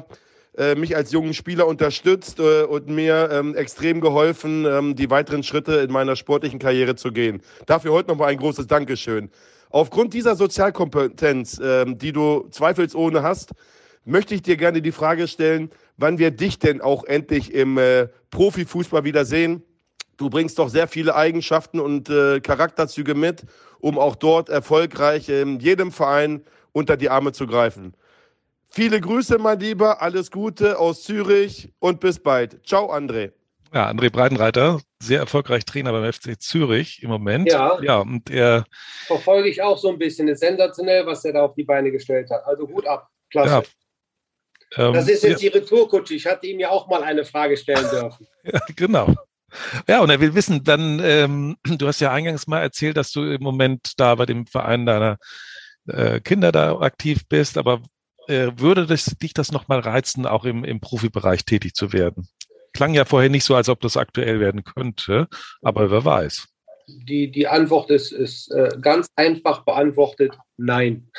äh, mich als jungen Spieler unterstützt äh, und mir ähm, extrem geholfen, ähm, die weiteren Schritte in meiner sportlichen Karriere zu gehen. Dafür heute nochmal ein großes Dankeschön. Aufgrund dieser Sozialkompetenz, ähm, die du zweifelsohne hast, möchte ich dir gerne die Frage stellen, wann wir dich denn auch endlich im äh, Profifußball wieder sehen. Du bringst doch sehr viele Eigenschaften und äh, Charakterzüge mit, um auch dort erfolgreich in jedem Verein unter die Arme zu greifen. Viele Grüße, mein Lieber, alles Gute aus Zürich und bis bald. Ciao, André. Ja, André Breitenreiter, sehr erfolgreich Trainer beim F C Zürich im Moment. Ja, ja und er verfolge ich auch so ein bisschen. Ist sensationell, was er da auf die Beine gestellt hat. Also Hut ab, klasse. Ja, ähm, das ist jetzt ja. die Retourkutsche. Ich hatte ihm ja auch mal eine Frage stellen dürfen. Ja, genau. Ja, und er will wissen, dann, ähm, du hast ja eingangs mal erzählt, dass du im Moment da bei dem Verein deiner äh, Kinder da aktiv bist, aber äh, würde das, dich das nochmal reizen, auch im, im Profibereich tätig zu werden? Klang ja vorher nicht so, als ob das aktuell werden könnte, aber wer weiß. Die, die Antwort ist, ist äh, ganz einfach beantwortet, nein.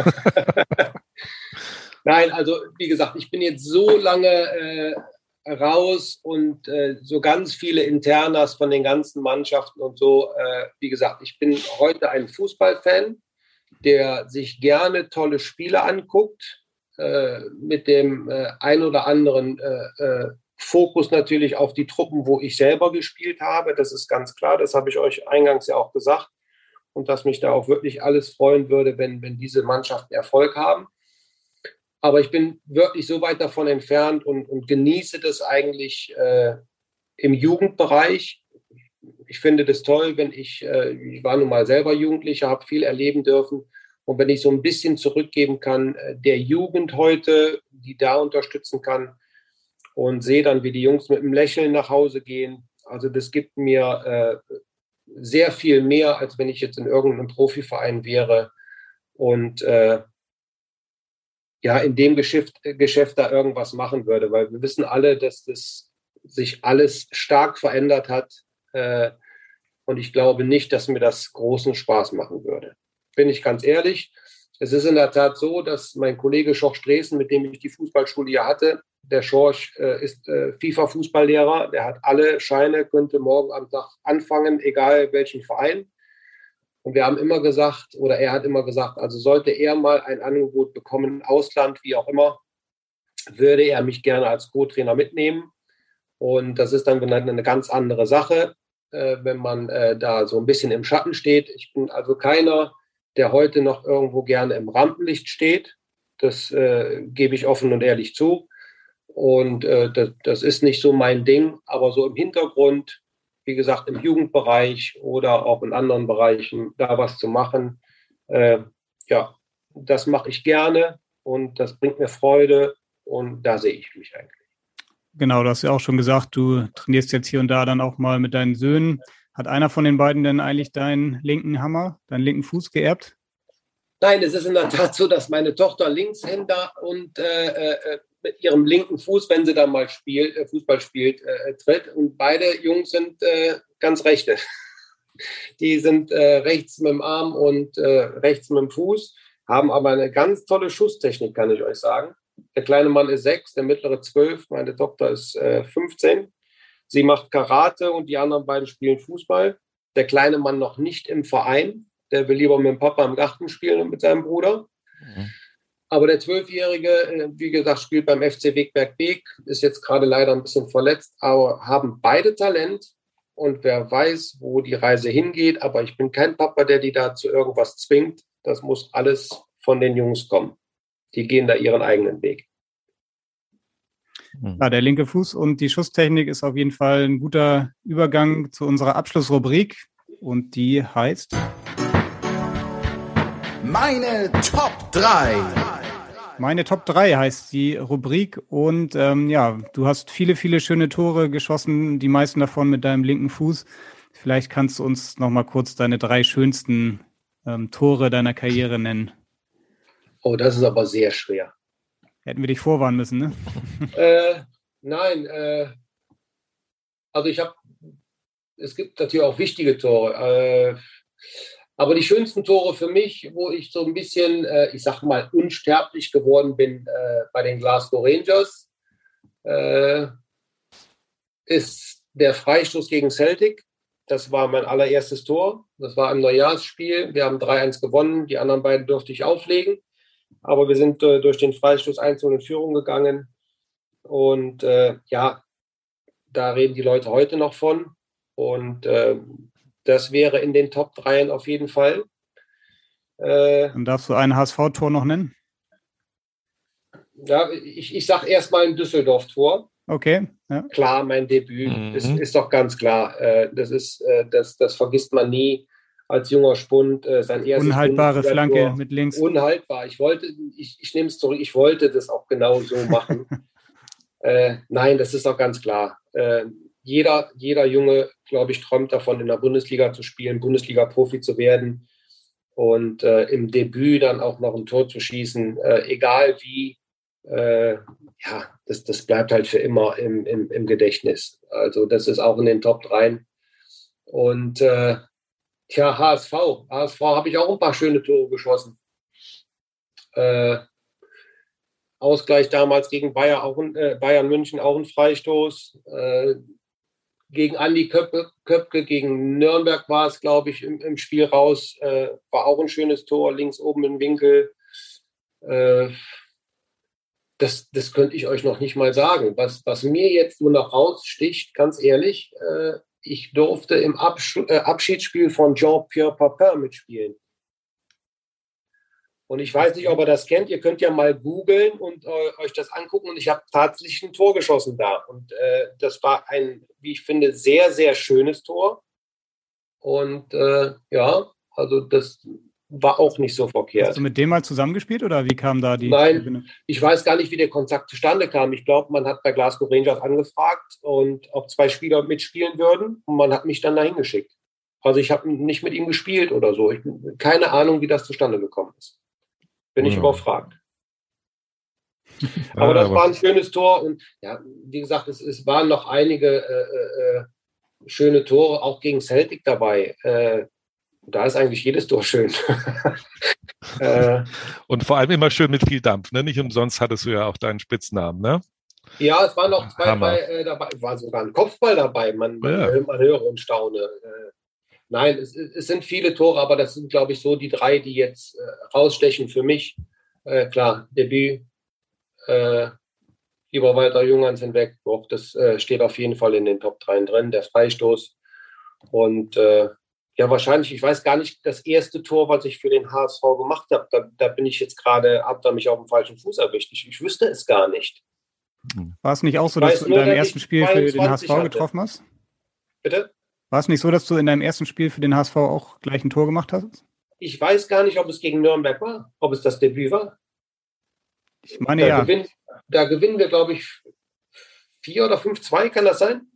Nein, also wie gesagt, ich bin jetzt so lange äh, raus und äh, so ganz viele Internas von den ganzen Mannschaften und so. Äh, wie gesagt, ich bin heute ein Fußballfan, der sich gerne tolle Spiele anguckt, äh, mit dem äh, ein oder anderen äh, äh, Fokus natürlich auf die Truppen, wo ich selber gespielt habe. Das ist ganz klar, das habe ich euch eingangs ja auch gesagt. Und dass mich da auch wirklich alles freuen würde, wenn, wenn diese Mannschaften Erfolg haben. Aber ich bin wirklich so weit davon entfernt und, und genieße das eigentlich äh, im Jugendbereich. Ich finde das toll, wenn ich, äh, ich war nun mal selber Jugendlicher, habe viel erleben dürfen. Und wenn ich so ein bisschen zurückgeben kann, äh, der Jugend heute, die da unterstützen kann, und sehe dann, wie die Jungs mit einem Lächeln nach Hause gehen. Also das gibt mir äh, sehr viel mehr, als wenn ich jetzt in irgendeinem Profiverein wäre und äh, ja, in dem Geschäft, Geschäft da irgendwas machen würde. Weil wir wissen alle, dass das sich alles stark verändert hat. Äh, und ich glaube nicht, dass mir das großen Spaß machen würde. Bin ich ganz ehrlich. Es ist in der Tat so, dass mein Kollege Schorsch Dresen, mit dem ich die Fußballschule hier hatte, der Schorsch äh, ist äh, FIFA-Fußballlehrer, der hat alle Scheine, könnte morgen am Tag anfangen, egal welchen Verein. Und wir haben immer gesagt, oder er hat immer gesagt, also sollte er mal ein Angebot bekommen, Ausland, wie auch immer, würde er mich gerne als Co-Trainer mitnehmen. Und das ist dann eine ganz andere Sache, äh, wenn man äh, da so ein bisschen im Schatten steht. Ich bin also keiner, der heute noch irgendwo gerne im Rampenlicht steht. Das äh, gebe ich offen und ehrlich zu. Und äh, das, das ist nicht so mein Ding, aber so im Hintergrund, wie gesagt, im Jugendbereich oder auch in anderen Bereichen, da was zu machen, äh, ja, das mache ich gerne und das bringt mir Freude und da sehe ich mich eigentlich. Genau, du hast ja auch schon gesagt, du trainierst jetzt hier und da dann auch mal mit deinen Söhnen. Hat einer von den beiden denn eigentlich deinen linken Hammer, deinen linken Fuß geerbt? Nein, es ist in der Tat so, dass meine Tochter Linkshänder und äh, äh, mit ihrem linken Fuß, wenn sie dann mal spielt, äh, Fußball spielt, äh, tritt. Und beide Jungs sind äh, ganz rechte. Die sind äh, rechts mit dem Arm und äh, rechts mit dem Fuß, haben aber eine ganz tolle Schusstechnik, kann ich euch sagen. Der kleine Mann ist sechs, der mittlere zwölf, meine Tochter ist äh, fünfzehn. Sie macht Karate und die anderen beiden spielen Fußball. Der kleine Mann noch nicht im Verein. Der will lieber mit dem Papa im Garten spielen und mit seinem Bruder. Mhm. Aber der Zwölfjährige, wie gesagt, spielt beim F C Wegberg-Beek, ist jetzt gerade leider ein bisschen verletzt, aber haben beide Talent. Und wer weiß, wo die Reise hingeht. Aber ich bin kein Papa, der die da zu irgendwas zwingt. Das muss alles von den Jungs kommen. Die gehen da ihren eigenen Weg. Ja, der linke Fuß und die Schusstechnik ist auf jeden Fall ein guter Übergang zu unserer Abschlussrubrik. Und die heißt... Meine Top drei. Meine Top drei heißt die Rubrik und ähm, ja, du hast viele, viele schöne Tore geschossen, die meisten davon mit deinem linken Fuß. Vielleicht kannst du uns noch mal kurz deine drei schönsten ähm, Tore deiner Karriere nennen. Oh, das ist aber sehr schwer. Hätten wir dich vorwarnen müssen, ne? äh, nein, äh, also ich habe, es gibt natürlich auch wichtige Tore, äh, aber die schönsten Tore für mich, wo ich so ein bisschen, äh, ich sag mal, unsterblich geworden bin äh, bei den Glasgow Rangers, äh, ist der Freistoß gegen Celtic. Das war mein allererstes Tor. Das war im Neujahrsspiel. Wir haben drei eins gewonnen. Die anderen beiden durfte ich auflegen. Aber wir sind äh, durch den Freistoß eins null in Führung gegangen. Und äh, ja, da reden die Leute heute noch von. Und äh, das wäre in den Top dreien auf jeden Fall. Äh, Dann darfst du ein H S V-Tor noch nennen? Ja, ich, ich sage erstmal ein Düsseldorf-Tor. Okay. Ja. Klar, mein Debüt Mhm. ist, ist doch ganz klar. Äh, das, ist, äh, das, das vergisst man nie als junger Spund. Äh, sein erstes Unhaltbare Flanke Bundesliga-Tor. mit links. Unhaltbar. Ich wollte, ich, ich nehme es zurück, ich wollte das auch genau so machen. äh, nein, das ist doch ganz klar. Äh, jeder, jeder Junge, glaube ich, träumt davon, in der Bundesliga zu spielen, Bundesliga-Profi zu werden und äh, im Debüt dann auch noch ein Tor zu schießen, äh, egal wie. Äh, ja, das, das bleibt halt für immer im, im, im Gedächtnis. Also das ist auch in den Top dreien. Und äh, tja, H S V. H S V habe ich auch ein paar schöne Tore geschossen. Äh, Ausgleich damals gegen Bayern, auch ein, äh, Bayern München, auch ein Freistoß. Äh, gegen Andi Köpke, Köpke, gegen Nürnberg war es, glaube ich, im, im Spiel raus. Äh, war auch ein schönes Tor, links oben im Winkel. Äh, Das, das könnte ich euch noch nicht mal sagen. Was, was mir jetzt nur noch raussticht, ganz ehrlich, äh, ich durfte im Absch- äh, Abschiedsspiel von Jean-Pierre Papin mitspielen. Und ich weiß nicht, ob ihr das kennt. Ihr könnt ja mal googeln und äh, euch das angucken. Und ich habe tatsächlich ein Tor geschossen da. Und äh, das war ein, wie ich finde, sehr, sehr schönes Tor. Und äh, ja, also das war auch nicht so verkehrt. Hast du mit dem mal zusammengespielt oder wie kam da die Nein, Verbindung? ich weiß gar nicht, wie der Kontakt zustande kam. Ich glaube, man hat bei Glasgow Rangers angefragt und ob zwei Spieler mitspielen würden und man hat mich dann dahin geschickt. Also ich habe nicht mit ihm gespielt oder so. Ich keine Ahnung, wie das zustande gekommen ist. Bin ich Ja. überfragt. Aber das aber- war ein schönes Tor und ja, wie gesagt, es, es waren noch einige äh, äh, schöne Tore, auch gegen Celtic dabei. Äh, da ist eigentlich jedes Tor schön. äh, Und vor allem immer schön mit viel Dampf. Ne? Nicht umsonst hattest du ja auch deinen Spitznamen. Ne? Ja, es waren noch zwei, Hammer. drei äh, dabei, war sogar ein Kopfball dabei, man, man, Ja. man höre und staune. Äh, nein, es, es sind viele Tore, aber das sind, glaube ich, so die drei, die jetzt äh, rausstechen für mich. Äh, klar, Debüt, äh, lieber Walter Junghans hinweg, doch, das äh, steht auf jeden Fall in den Top drei drin, der Freistoß. Und äh, ja, wahrscheinlich, ich weiß gar nicht, das erste Tor, was ich für den H S V gemacht habe, da, da bin ich jetzt gerade, hab da mich auf dem falschen Fuß erwischt. Ich, ich wüsste es gar nicht. War es nicht auch so, Ich dass weiß du in nur, deinem dass ersten ich Spiel für den H S V zweiundzwanzig hatte. getroffen hast? Bitte? War es nicht so, dass du in deinem ersten Spiel für den H S V auch gleich ein Tor gemacht hast? Ich weiß gar nicht, ob es gegen Nürnberg war, ob es das Debüt war. Ich meine Da, ja. gewinnen, da gewinnen wir, glaube ich, vier oder fünf zwei, kann das sein?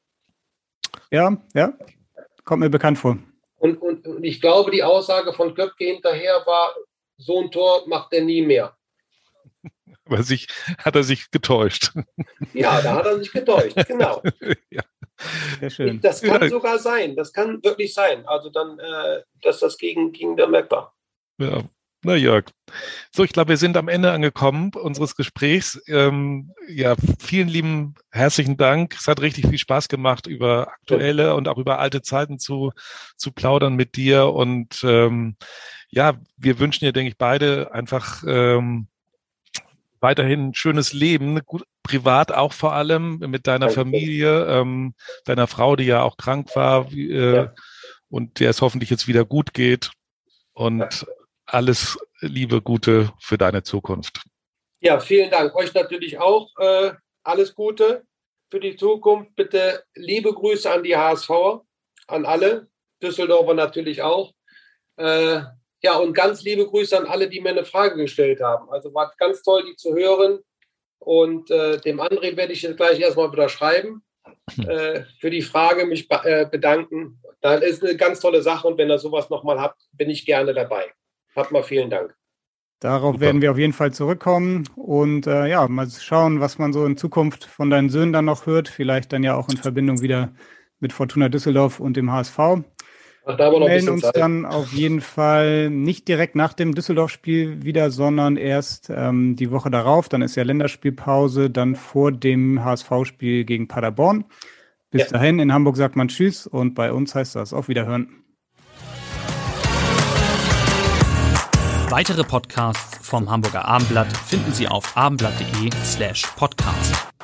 Ja, ja. Kommt mir bekannt vor. Und, und, und ich glaube, die Aussage von Köpke hinterher war, so ein Tor macht er nie mehr. Aber sich, hat er sich getäuscht. Ja, da hat er sich getäuscht, genau. Ja. Sehr schön. Das kann Ja. sogar sein, das kann wirklich sein. Also dann, äh, dass das gegen, gegen Nürnberg war. Ja. Na Jörg. So, ich glaube, wir sind am Ende angekommen unseres Gesprächs. Ähm, ja, vielen lieben herzlichen Dank. Es hat richtig viel Spaß gemacht, über aktuelle und auch über alte Zeiten zu, zu plaudern mit dir. Und ähm, ja, wir wünschen dir, denke ich, beide einfach ähm, weiterhin ein schönes Leben, gut, privat auch vor allem mit deiner Danke. Familie, ähm, deiner Frau, die ja auch krank war wie, äh, Ja. und der es hoffentlich jetzt wieder gut geht. Und Ja. alles Liebe, Gute für deine Zukunft. Ja, vielen Dank. Euch natürlich auch äh, alles Gute für die Zukunft. Bitte liebe Grüße an die H S V, an alle, Düsseldorfer natürlich auch. Äh, ja, und ganz liebe Grüße an alle, die mir eine Frage gestellt haben. Also war ganz toll, die zu hören. Und äh, dem André werde ich jetzt gleich erstmal wieder schreiben. Äh, für die Frage mich be- äh, bedanken. Das ist eine ganz tolle Sache und wenn ihr sowas nochmal habt, bin ich gerne dabei. Habt mal vielen Dank. Darauf Super. werden wir auf jeden Fall zurückkommen und äh, ja, mal schauen, was man so in Zukunft von deinen Söhnen dann noch hört. Vielleicht dann ja auch in Verbindung wieder mit Fortuna Düsseldorf und dem H S V. Ach, da haben wir noch Wir ein melden bisschen uns Zeit. dann auf jeden Fall nicht direkt nach dem Düsseldorf-Spiel wieder, sondern erst ähm, die Woche darauf. Dann ist ja Länderspielpause, dann vor dem H S V-Spiel gegen Paderborn. Bis Ja. dahin, in Hamburg sagt man Tschüss und bei uns heißt das auf Wiederhören. Weitere Podcasts vom Hamburger Abendblatt finden Sie auf abendblatt.de slash podcast.